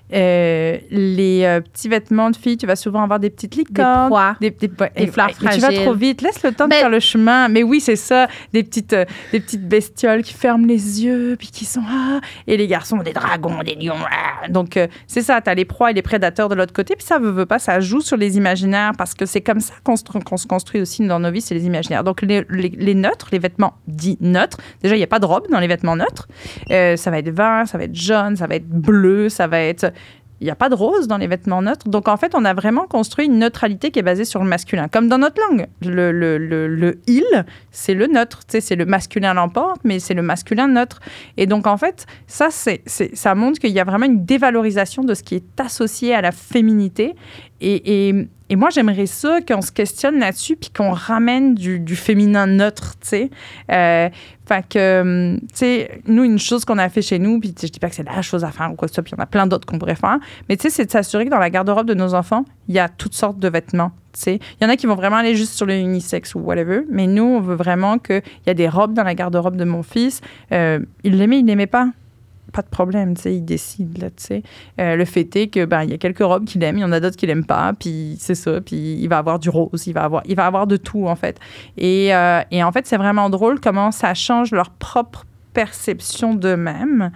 Speaker 2: Les petits vêtements de filles, tu vas souvent avoir des petites licornes,
Speaker 1: des fleurs fragiles.
Speaker 2: Tu vas trop vite, laisse le temps de faire le chemin. Mais oui, c'est ça, des petites bestioles qui ferment les yeux, puis qui sont et les garçons, des dragons, des lions. Donc c'est ça, t'as les proies et les prédateurs de l'autre côté, puis ça veut pas, ça joue sur les imaginaires parce que c'est comme ça qu'on se construit aussi dans nos vies, c'est les imaginaires. Donc les neutres, les vêtements dits neutres. Déjà, il y a pas de robe dans les vêtements neutres. Ça va être vert, ça va être jaune, ça va être bleu, ça va être... Il n'y a pas de rose dans les vêtements neutres. Donc, en fait, on a vraiment construit une neutralité qui est basée sur le masculin. Comme dans notre langue, le « il », c'est le neutre. Tu sais, c'est le masculin l'emporte, mais c'est le masculin neutre. Et donc, en fait, ça montre qu'il y a vraiment une dévalorisation de ce qui est associé à la féminité. Et moi, j'aimerais ça qu'on se questionne là-dessus puis qu'on ramène du féminin neutre, tu sais. Fait que, tu sais, nous, une chose qu'on a fait chez nous, puis je dis pas que c'est la chose à faire ou quoi que ce soit, puis il y en a plein d'autres qu'on pourrait faire, mais tu sais, c'est de s'assurer que dans la garde-robe de nos enfants, il y a toutes sortes de vêtements, tu sais. Il y en a qui vont vraiment aller juste sur le unisexe ou whatever, mais nous, on veut vraiment qu'il y a des robes dans la garde-robe de mon fils. Il l'aimait pas. Pas de problème, tu sais, il décide, là, tu sais. Le fait est que, il y a quelques robes qu'il aime, il y en a d'autres qu'il aime pas, puis c'est ça, puis il va avoir du rose, il va avoir de tout, en fait. Et en fait, c'est vraiment drôle comment ça change leur propre perception d'eux-mêmes.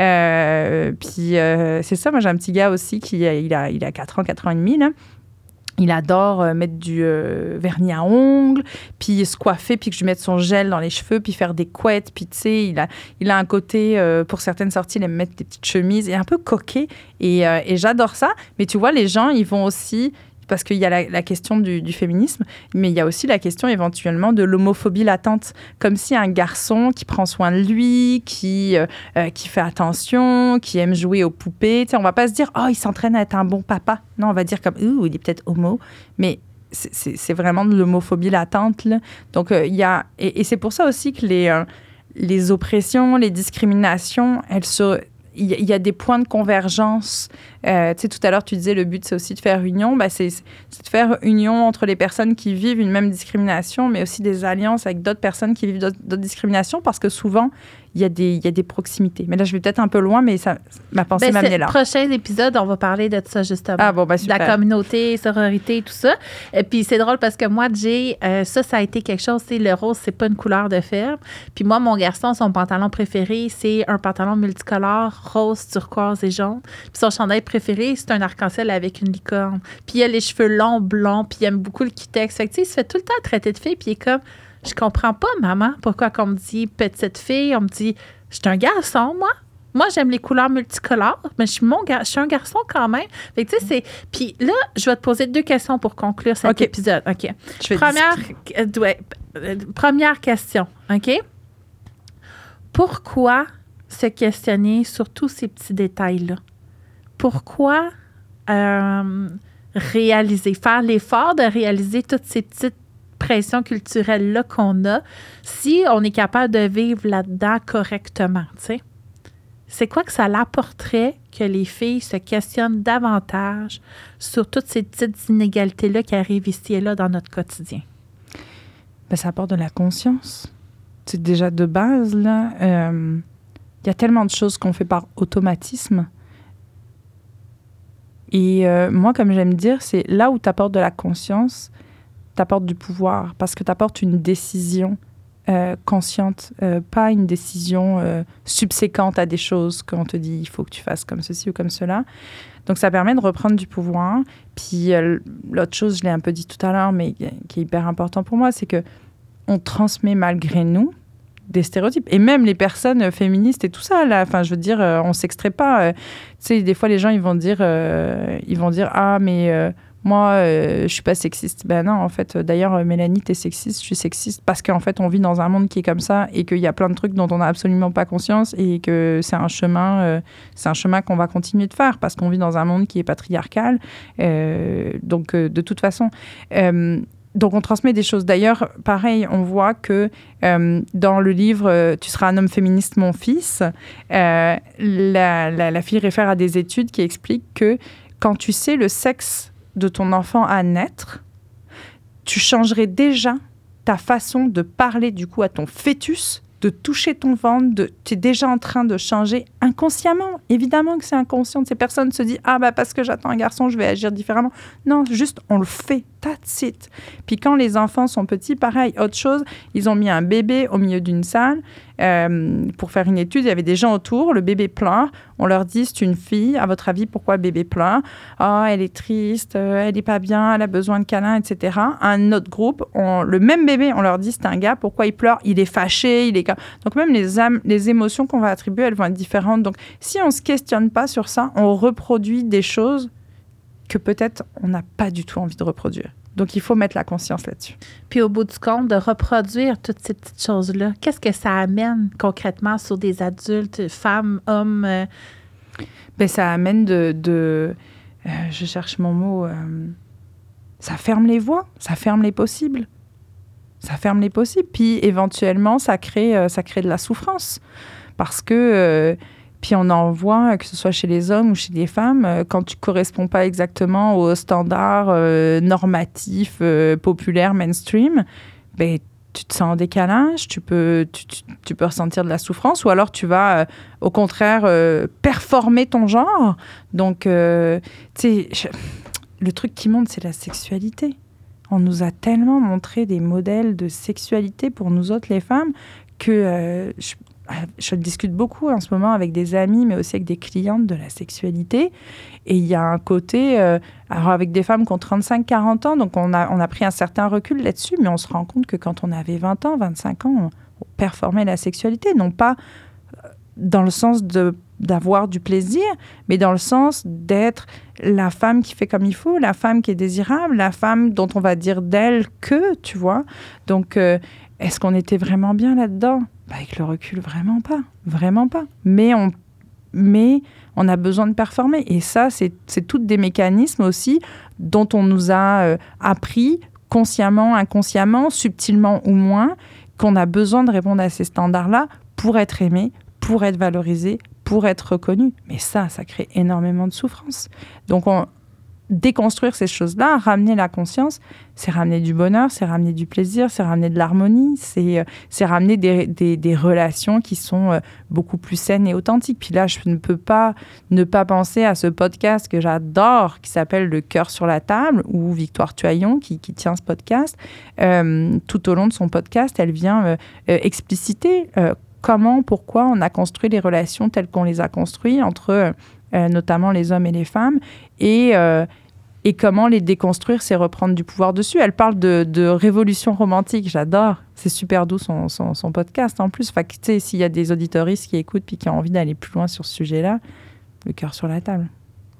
Speaker 2: Puis c'est ça, moi, j'ai un petit gars aussi il a 4 ans et demi, là. Il adore mettre du vernis à ongles, puis se coiffer, puis que je lui mette son gel dans les cheveux, puis faire des couettes. Puis, tu sais, il a un côté, pour certaines sorties, il aime mettre des petites chemises. Il est un peu coquet et j'adore ça. Mais tu vois, les gens, ils vont aussi... Parce qu'il y a la question du féminisme, mais il y a aussi la question éventuellement de l'homophobie latente. Comme si un garçon qui prend soin de lui, qui fait attention, qui aime jouer aux poupées, tu sais, on ne va pas se dire « Oh, il s'entraîne à être un bon papa ». Non, on va dire comme « Ouh, il est peut-être homo ». Mais c'est vraiment de l'homophobie latente, là. Donc, il y a... Et c'est pour ça aussi que les oppressions, les discriminations, il y a des points de convergence. Tu sais, tout à l'heure, tu disais le but, c'est aussi de faire union. C'est de faire union entre les personnes qui vivent une même discrimination, mais aussi des alliances avec d'autres personnes qui vivent d'autres discriminations, parce que souvent, il y a des proximités. Mais là, je vais peut-être un peu loin, mais ma pensée m'a amené là.
Speaker 1: Prochain épisode, on va parler de ça, justement.
Speaker 2: Ah bon, super.
Speaker 1: De la communauté, sororité, tout ça. Et puis, c'est drôle parce que moi, Jay, ça a été quelque chose, tu sais, le rose, c'est pas une couleur de ferme. Puis moi, mon garçon, son pantalon préféré, c'est un pantalon multicolore, rose, turquoise et jaune. Puis son chandail préféré, c'est un arc-en-ciel avec une licorne. Puis il a les cheveux longs, blonds, puis il aime beaucoup le Kitex. Fait que, tu sais, il se fait tout le temps traiter de fille, puis il est comme... Je comprends pas, maman, pourquoi qu'on me dit petite fille, on me dit, je suis un garçon, moi. Moi, j'aime les couleurs multicolores, mais je suis un garçon quand même. Fait que, tu sais, c'est... Puis là, je vais te poser 2 questions pour conclure cet épisode. OK. Première question, OK? Pourquoi se questionner sur tous ces petits détails-là? Pourquoi faire l'effort de réaliser toutes ces petites pression culturelle-là qu'on a, si on est capable de vivre là-dedans correctement, tu sais. C'est quoi que ça l'apporterait que les filles se questionnent davantage sur toutes ces petites inégalités-là qui arrivent ici et là dans notre quotidien?
Speaker 2: Ben, ça apporte de la conscience. C'est déjà de base, là. Y a tellement de choses qu'on fait par automatisme. Et moi, comme j'aime dire, c'est là où tu apportes de la conscience, t'apportes du pouvoir, parce que t'apportes une décision consciente, pas une décision subséquente à des choses qu'on te dit, il faut que tu fasses comme ceci ou comme cela. Donc, ça permet de reprendre du pouvoir. Puis, l'autre chose, je l'ai un peu dit tout à l'heure, mais qui est hyper important pour moi, c'est que on transmet malgré nous des stéréotypes. Et même les personnes féministes et tout ça, là, enfin, je veux dire, on s'extrait pas. Tu sais, des fois, les gens, ils vont dire, ah, mais... moi, je suis pas sexiste. Ben non, en fait, d'ailleurs, Mélanie, t'es sexiste, je suis sexiste parce qu'en fait, on vit dans un monde qui est comme ça et qu'il y a plein de trucs dont on n'a absolument pas conscience et que c'est un chemin qu'on va continuer de faire parce qu'on vit dans un monde qui est patriarcal. Donc, de toute façon... donc, on transmet des choses. D'ailleurs, pareil, on voit que dans le livre « Tu seras un homme féministe, mon fils », la fille réfère à des études qui expliquent que quand tu sais le sexe de ton enfant à naître, tu changerais déjà ta façon de parler du coup à ton fœtus, de toucher ton ventre, tu es déjà en train de changer inconsciemment. Évidemment que c'est inconscient. Ces personnes se disent « Ah, bah parce que j'attends un garçon, je vais agir différemment. » Non, juste, on le fait. That's it. Puis quand les enfants sont petits, pareil, autre chose, ils ont mis un bébé au milieu d'une salle pour faire une étude. Il y avait des gens autour, le bébé pleure. On leur dit « C'est une fille. À votre avis, pourquoi le bébé pleure? Ah, elle est triste, elle n'est pas bien, elle a besoin de câlins, etc. » Un autre groupe, le même bébé, on leur dit « C'est un gars. Pourquoi il pleure? Il est fâché, il est... » Donc même les émotions qu'on va attribuer, elles vont être différentes. Donc si on ne se questionne pas sur ça, on reproduit des choses que peut-être on n'a pas du tout envie de reproduire. Donc, il faut mettre la conscience là-dessus.
Speaker 1: Puis, au bout du compte, de reproduire toutes ces petites choses-là, qu'est-ce que ça amène concrètement sur des adultes, femmes, hommes?
Speaker 2: Ben, ça amène je cherche mon mot. Ça ferme les voies, ça ferme les possibles. Ça ferme les possibles. Puis, éventuellement, ça crée de la souffrance. Parce que... Puis on en voit, que ce soit chez les hommes ou chez les femmes, quand tu ne corresponds pas exactement aux standards normatifs, populaires, mainstream, ben, tu te sens en décalage, tu peux ressentir de la souffrance, ou alors tu vas, au contraire, performer ton genre. Donc, tu sais, le truc qui monte, c'est la sexualité. On nous a tellement montré des modèles de sexualité pour nous autres, les femmes, que... je discute beaucoup en ce moment avec des amis, mais aussi avec des clientes de la sexualité. Et il y a un côté, alors avec des femmes qui ont 35-40 ans, donc on a pris un certain recul là-dessus, mais on se rend compte que quand on avait 20 ans, 25 ans, on performait la sexualité, non pas dans le sens d'avoir du plaisir, mais dans le sens d'être la femme qui fait comme il faut, la femme qui est désirable, la femme dont on va dire d'elle que, tu vois. Donc, est-ce qu'on était vraiment bien là-dedans ? Avec le recul, vraiment pas. Mais on a besoin de performer. Et ça, c'est tous des mécanismes aussi dont on nous a appris consciemment, inconsciemment, subtilement ou moins, qu'on a besoin de répondre à ces standards-là pour être aimé, pour être valorisé, pour être reconnu. Mais ça crée énormément de souffrance. Donc, déconstruire ces choses-là, ramener la conscience, c'est ramener du bonheur, c'est ramener du plaisir, c'est ramener de l'harmonie, c'est ramener des relations qui sont beaucoup plus saines et authentiques. Puis là, je ne peux pas ne pas penser à ce podcast que j'adore, qui s'appelle « Le cœur sur la table », où Victoire Tuaillon, qui tient ce podcast, tout au long de son podcast, elle vient expliciter comment, pourquoi on a construit les relations telles qu'on les a construites entre notamment les hommes et les femmes, et comment les déconstruire, c'est reprendre du pouvoir dessus. Elle parle de révolution romantique, j'adore. C'est super doux son podcast en plus. Enfin, tu sais, s'il y a des auditoristes qui écoutent puis qui ont envie d'aller plus loin sur ce sujet-là, le cœur sur la table.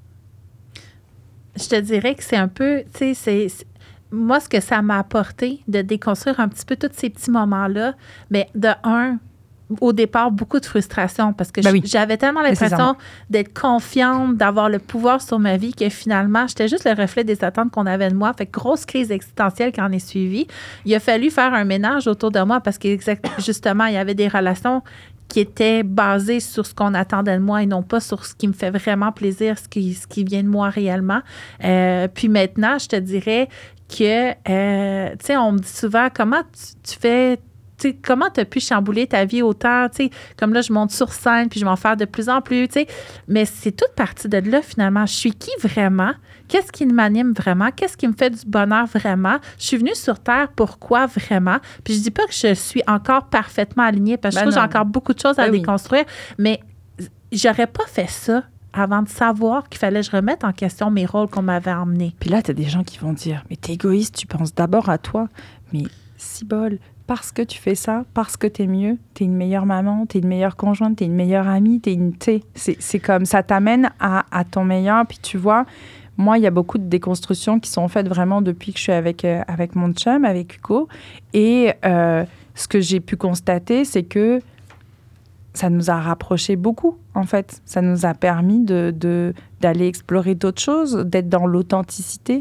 Speaker 1: Je te dirais que c'est un peu, tu sais, moi, ce que ça m'a apporté de déconstruire un petit peu tous ces petits moments-là, mais de un, au départ, beaucoup de frustration parce que j'avais tellement l'impression d'être confiante, d'avoir le pouvoir sur ma vie que finalement, j'étais juste le reflet des attentes qu'on avait de moi. Fait que grosse crise existentielle qui en est suivie. Il a fallu faire un ménage autour de moi parce que justement, il y avait des relations qui étaient basées sur ce qu'on attendait de moi et non pas sur ce qui me fait vraiment plaisir, ce qui vient de moi réellement. Puis maintenant, je te dirais que, tu sais, on me dit souvent, comment tu fais... T'sais, comment tu as pu chambouler ta vie autant? Comme là, je monte sur scène, puis je vais en faire de plus en plus. Mais c'est toute partie de là, finalement. Je suis qui vraiment? Qu'est-ce qui m'anime vraiment? Qu'est-ce qui me fait du bonheur vraiment? Je suis venue sur Terre, pourquoi vraiment? Puis je dis pas que je suis encore parfaitement alignée, parce que je trouve que j'ai encore beaucoup de choses à déconstruire, mais j'aurais pas fait ça avant de savoir qu'il fallait que je remette en question mes rôles qu'on m'avait emmenés.
Speaker 2: Puis là, tu as des gens qui vont dire, mais t'es égoïste, tu penses d'abord à toi. Mais cibole, parce que tu fais ça, parce que t'es mieux, t'es une meilleure maman, t'es une meilleure conjointe, t'es une meilleure amie, c'est comme ça t'amène à ton meilleur. Puis tu vois, moi, il y a beaucoup de déconstructions qui sont faites vraiment depuis que je suis avec mon chum, avec Hugo. Et ce que j'ai pu constater, c'est que ça nous a rapprochés beaucoup, en fait. Ça nous a permis d'aller explorer d'autres choses, d'être dans l'authenticité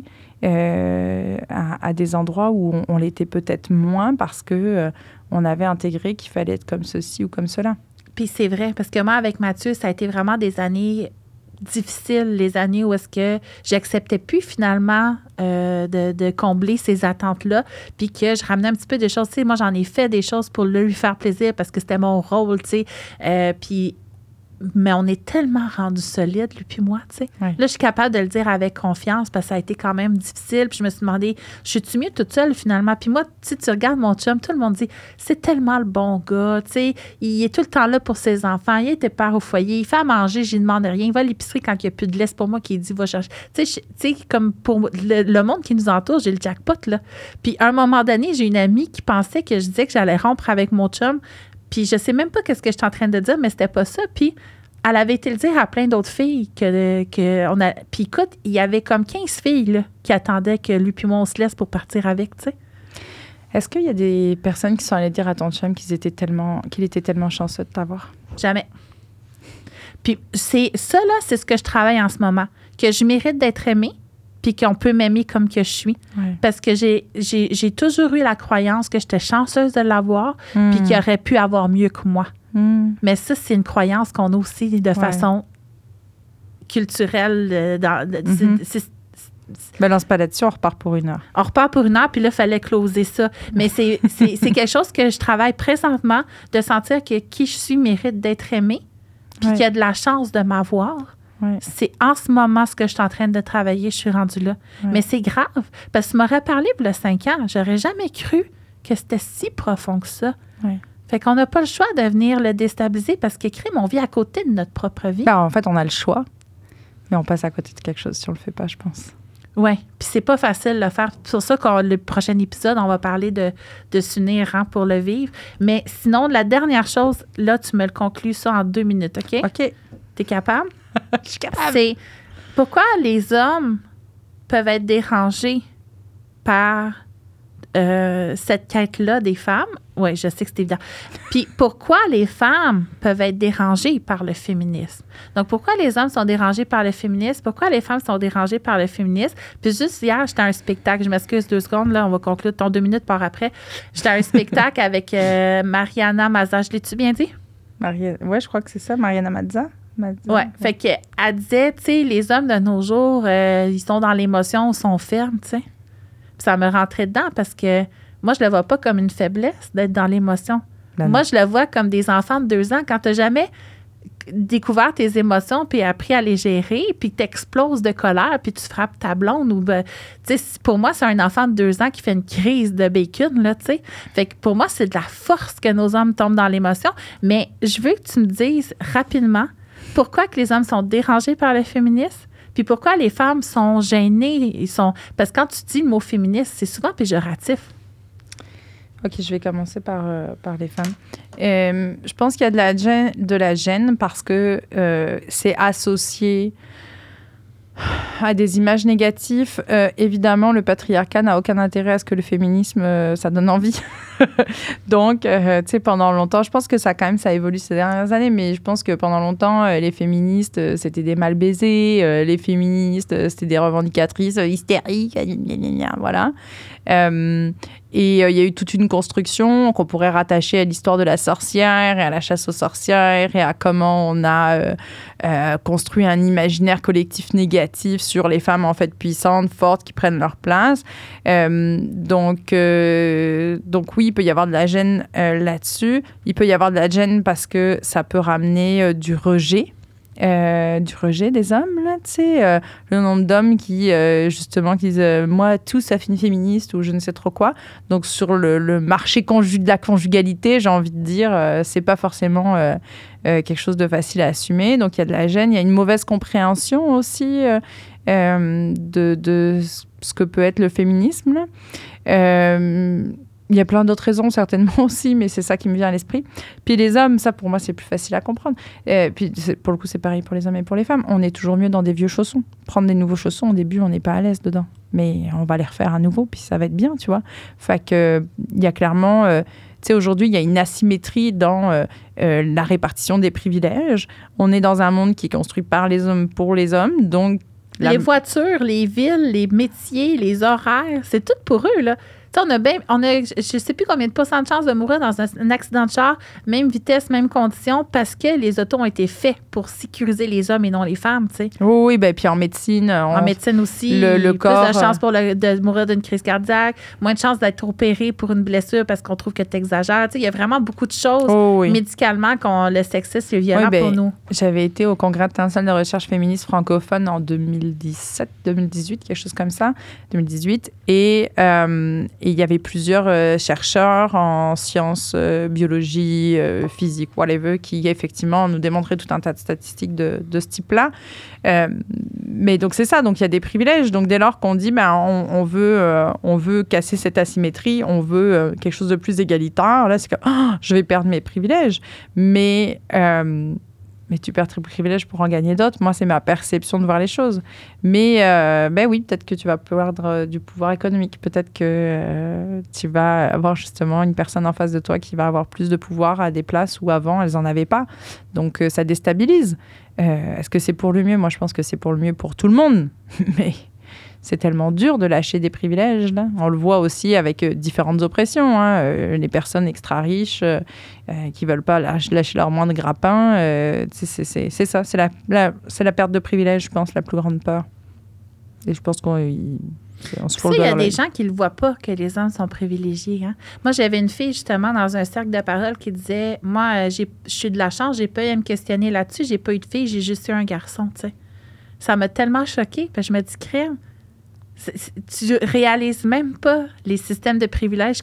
Speaker 2: à des endroits où on l'était peut-être moins parce que on avait intégré qu'il fallait être comme ceci ou comme cela.
Speaker 1: Puis c'est vrai, parce que moi, avec Mathieu, ça a été vraiment des années difficiles, les années où est-ce que j'acceptais plus finalement de combler ces attentes-là, puis que je ramenais un petit peu des choses. Tu sais, moi, j'en ai fait des choses pour lui faire plaisir parce que c'était mon rôle, tu sais. Mais on est tellement rendus solides, lui puis moi, tu sais.
Speaker 2: Ouais.
Speaker 1: Là, je suis capable de le dire avec confiance parce que ça a été quand même difficile. Puis je me suis demandé, je suis-tu mieux toute seule finalement? Puis moi, tu sais, tu regardes mon chum, tout le monde dit, c'est tellement le bon gars, tu sais. Il est tout le temps là pour ses enfants. Il était père au foyer. Il fait à manger, je lui demande rien. Il va à l'épicerie quand il n'y a plus de lait. C'est pour moi qui dit, va chercher. Tu sais, comme pour le monde qui nous entoure, j'ai le jackpot, là. Puis à un moment donné, j'ai une amie qui pensait que je disais que j'allais rompre avec mon chum. Puis je sais même pas ce que je suis en train de dire, mais c'était pas ça. Puis elle avait été le dire à plein d'autres filles Puis écoute, il y avait comme 15 filles là, qui attendaient que lui puis moi, on se laisse pour partir avec, tu sais.
Speaker 2: Est-ce qu'il y a des personnes qui sont allées dire à ton chum qu'il était tellement chanceux de t'avoir?
Speaker 1: Jamais. Puis c'est ça, là, c'est ce que je travaille en ce moment. Que je mérite d'être aimée, puis qu'on peut m'aimer comme que je suis.
Speaker 2: Ouais.
Speaker 1: Parce que j'ai toujours eu la croyance que j'étais chanceuse de l'avoir, puis qu'il aurait pu avoir mieux que moi. Mais ça, c'est une croyance qu'on a aussi de façon culturelle.
Speaker 2: Ben lance pas là-dessus, on repart pour 1 heure.
Speaker 1: On repart pour 1 heure, puis là, il fallait closer ça. Mais c'est quelque chose que je travaille présentement, de sentir que qui je suis mérite d'être aimée, puis qu'il y a de la chance de m'avoir.
Speaker 2: Ouais.
Speaker 1: C'est en ce moment ce que je suis en train de travailler, je suis rendue là.
Speaker 2: Ouais.
Speaker 1: Mais c'est grave, parce que tu m'aurais parlé il y a 5 ans, j'aurais jamais cru que c'était si profond que ça.
Speaker 2: Ouais.
Speaker 1: Fait qu'on n'a pas le choix de venir le déstabiliser parce que crime, on vit à côté de notre propre vie.
Speaker 2: Ben, en fait, on a le choix, mais on passe à côté de quelque chose si on le fait pas, je pense.
Speaker 1: Oui, puis c'est pas facile de le faire. C'est pour ça que le prochain épisode, on va parler de s'unir pour le vivre. Mais sinon, la dernière chose, là, tu me le conclus ça en 2 minutes, OK?
Speaker 2: OK.
Speaker 1: T'es capable?
Speaker 2: Je suis capable.
Speaker 1: C'est pourquoi les hommes peuvent être dérangés par cette quête-là des femmes. Oui, je sais que c'est évident. Puis pourquoi les femmes peuvent être dérangées par le féminisme? Donc, pourquoi les hommes sont dérangés par le féminisme? Pourquoi les femmes sont dérangées par le féminisme? Puis juste hier, j'étais à un spectacle. Je m'excuse 2 secondes, là, on va conclure ton 2 minutes par après. J'étais à un spectacle avec Mariana Mazza. Je l'ai-tu bien dit?
Speaker 2: Oui, je crois que c'est ça, Mariana Mazza.
Speaker 1: Oui, fait qu'elle disait, tu sais, les hommes de nos jours, ils sont dans l'émotion, ils sont fermes, tu sais. Puis ça me rentrait dedans parce que moi, je le vois pas comme une faiblesse d'être dans l'émotion.
Speaker 2: Ben
Speaker 1: Moi, je le vois comme des enfants de 2 ans. Quand tu n'as jamais découvert tes émotions puis appris à les gérer, puis tu exploses de colère, puis tu frappes ta blonde. Ou pour moi, c'est un enfant de 2 ans qui fait une crise de bacon, là, tu sais. Fait que pour moi, c'est de la force que nos hommes tombent dans l'émotion. Mais je veux que tu me dises rapidement pourquoi que les hommes sont dérangés par le féminisme. Puis pourquoi les femmes sont gênées? Parce que quand tu dis le mot féministe, c'est souvent péjoratif.
Speaker 2: OK, je vais commencer par les femmes. Je pense qu'il y a de la gêne parce que c'est associé à des images négatives. Évidemment, le patriarcat n'a aucun intérêt à ce que le féminisme, ça donne envie. Donc, tu sais, pendant longtemps, je pense que ça évolue ces dernières années, mais je pense que pendant longtemps, les féministes, c'était des mal baisés. Les féministes, c'était des revendicatrices hystériques. Voilà. Et il y a eu toute une construction qu'on pourrait rattacher à l'histoire de la sorcière et à la chasse aux sorcières et à comment on a construit un imaginaire collectif négatif sur les femmes en fait puissantes, fortes, qui prennent leur place. Donc oui, il peut y avoir de la gêne là-dessus. Il peut y avoir de la gêne parce que ça peut ramener du rejet des hommes, là, tu sais, le nombre d'hommes qui, justement, qui disent « moi, tout ça finit féministe » ou je ne sais trop quoi. Donc, sur le marché de la conjugalité, j'ai envie de dire, c'est pas forcément quelque chose de facile à assumer. Donc, il y a de la gêne. Il y a une mauvaise compréhension aussi de ce que peut être le féminisme, là. Il y a plein d'autres raisons, certainement aussi, mais c'est ça qui me vient à l'esprit. Puis les hommes, ça, pour moi, c'est plus facile à comprendre. Puis, pour le coup, c'est pareil pour les hommes et pour les femmes. On est toujours mieux dans des vieux chaussons. Prendre des nouveaux chaussons, au début, on n'est pas à l'aise dedans. Mais on va les refaire à nouveau, puis ça va être bien, tu vois. Fait que, il y a clairement... tu sais, aujourd'hui, il y a une asymétrie dans la répartition des privilèges. On est dans un monde qui est construit par les hommes pour les hommes, donc...
Speaker 1: Les voitures, les villes, les métiers, les horaires, c'est tout pour eux, là. On a je ne sais plus combien de pourcents de chances de mourir dans un accident de char, même vitesse, même condition, parce que les autos ont été faits pour sécuriser les hommes et non les femmes, tu sais.
Speaker 2: Oui, ben puis en médecine...
Speaker 1: En médecine aussi,
Speaker 2: le corps...
Speaker 1: Plus de chances de mourir d'une crise cardiaque, moins de chances d'être opéré pour une blessure parce qu'on trouve que tu exagères. Tu sais, il y a vraiment beaucoup de choses médicalement le sexisme est violent pour nous.
Speaker 2: J'avais été au Congrès international de recherche féministe francophone en 2017, 2018, quelque chose comme ça, 2018, et il y avait plusieurs chercheurs en sciences, biologie, physique, whatever, qui effectivement nous démontraient tout un tas de statistiques de ce type-là. Mais donc c'est ça, donc il y a des privilèges. Donc dès lors qu'on dit on veut casser cette asymétrie, on veut quelque chose de plus égalitaire, là c'est que je vais perdre mes privilèges. Mais tu perds tes privilèges pour en gagner d'autres. Moi, c'est ma perception de voir les choses. Mais oui, peut-être que tu vas perdre du pouvoir économique. Peut-être que tu vas avoir justement une personne en face de toi qui va avoir plus de pouvoir à des places où avant, elles n'en avaient pas. Donc, ça déstabilise. Est-ce que c'est pour le mieux? Moi, je pense que c'est pour le mieux pour tout le monde. Mais c'est tellement dur de lâcher des privilèges, là. On le voit aussi avec différentes oppressions. Les personnes extra-riches qui ne veulent pas lâcher leur moindre grappin. C'est ça, c'est la perte de privilèges, je pense, la plus grande peur. Et je pense qu'on se fout le doigt dans l'œil.
Speaker 1: Il y a des gens qui ne le voient pas, que les hommes sont privilégiés. Hein? Moi, j'avais une fille, justement, dans un cercle de parole qui disait « Moi, je suis de la chance, j'ai pas eu à me questionner là-dessus. J'ai pas eu de fille, j'ai juste eu un garçon. » Tu sais. Ça m'a tellement choquée. Puis je me dis « Crème, tu réalises même pas les systèmes de privilèges qu'on vit. »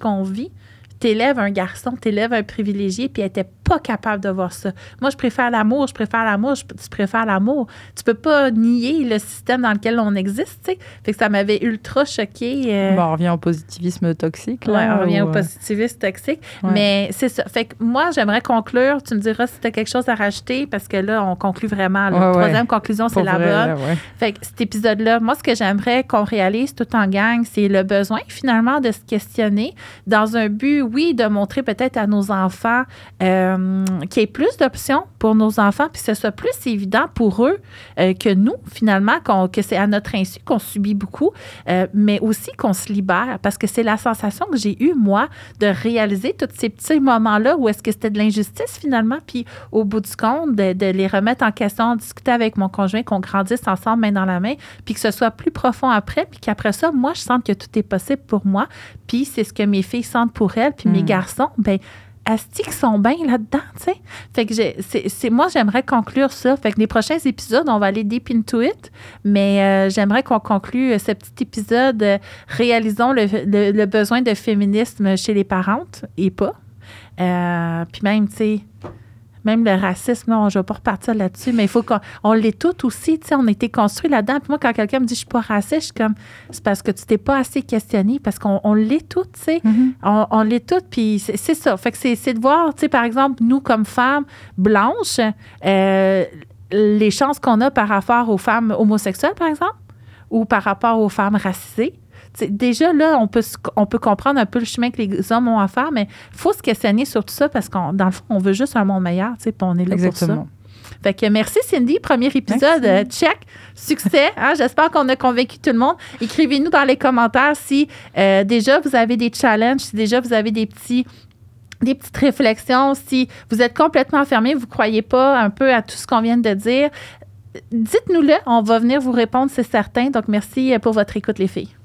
Speaker 1: t'élèves un garçon, t'élèves un privilégié, puis elle était pas capable de voir ça. Moi, je préfère l'amour, tu préfères l'amour. Tu peux pas nier le système dans lequel on existe, tu sais. Fait que ça m'avait ultra choquée.
Speaker 2: On revient au positivisme toxique.
Speaker 1: Oui, on revient au positivisme toxique. Ouais. Mais c'est ça. Fait que moi, j'aimerais conclure. Tu me diras si tu as quelque chose à rajouter, parce que là, on conclut vraiment. La troisième conclusion, c'est la bonne. Ouais. Fait que cet épisode-là, moi, ce que j'aimerais qu'on réalise tout en gang, c'est le besoin, finalement, de se questionner dans un but, oui, de montrer peut-être à nos enfants qu'il y ait plus d'options pour nos enfants, puis que ce soit plus évident pour eux que nous, finalement, que c'est à notre insu qu'on subit beaucoup, mais aussi qu'on se libère, parce que c'est la sensation que j'ai eue, moi, de réaliser tous ces petits moments-là où est-ce que c'était de l'injustice, finalement, puis au bout du compte, de les remettre en question, discuter avec mon conjoint, qu'on grandisse ensemble, main dans la main, puis que ce soit plus profond après, puis qu'après ça, moi, je sente que tout est possible pour moi, puis c'est ce que mes filles sentent pour elles, puis mes garçons, ben asti qu'ils sont bien là-dedans, tu sais. Fait que moi, j'aimerais conclure ça. Fait que les prochains épisodes, on va aller deep into it, mais j'aimerais qu'on conclue ce petit épisode réalisons le besoin de féminisme chez les parentes et pas. Puis même, tu sais, même le racisme, non, je ne vais pas repartir là-dessus, mais il faut qu'on l'est toutes aussi, tu sais, on a été construits là-dedans. Puis moi, quand quelqu'un me dit « je suis pas raciste », je suis comme « c'est parce que tu t'es pas assez questionné », parce qu'on l'est toutes, tu sais. On l'est toutes, puis c'est ça. Fait que c'est de voir, tu sais, par exemple, nous, comme femmes blanches, les chances qu'on a par rapport aux femmes homosexuelles, par exemple, ou par rapport aux femmes racisées. T'sais, déjà, là, on peut comprendre un peu le chemin que les hommes ont à faire, mais il faut se questionner sur tout ça parce qu'on, dans le fond, on veut juste un monde meilleur, puis on est là pour ça. Fait que merci, Cindy. Premier épisode, check, succès. Hein? J'espère qu'on a convaincu tout le monde. Écrivez-nous dans les commentaires si déjà vous avez des challenges, si déjà vous avez des petites réflexions, si vous êtes complètement fermé, vous ne croyez pas un peu à tout ce qu'on vient de dire. Dites-nous-le, on va venir vous répondre, c'est certain. Donc, merci pour votre écoute, les filles.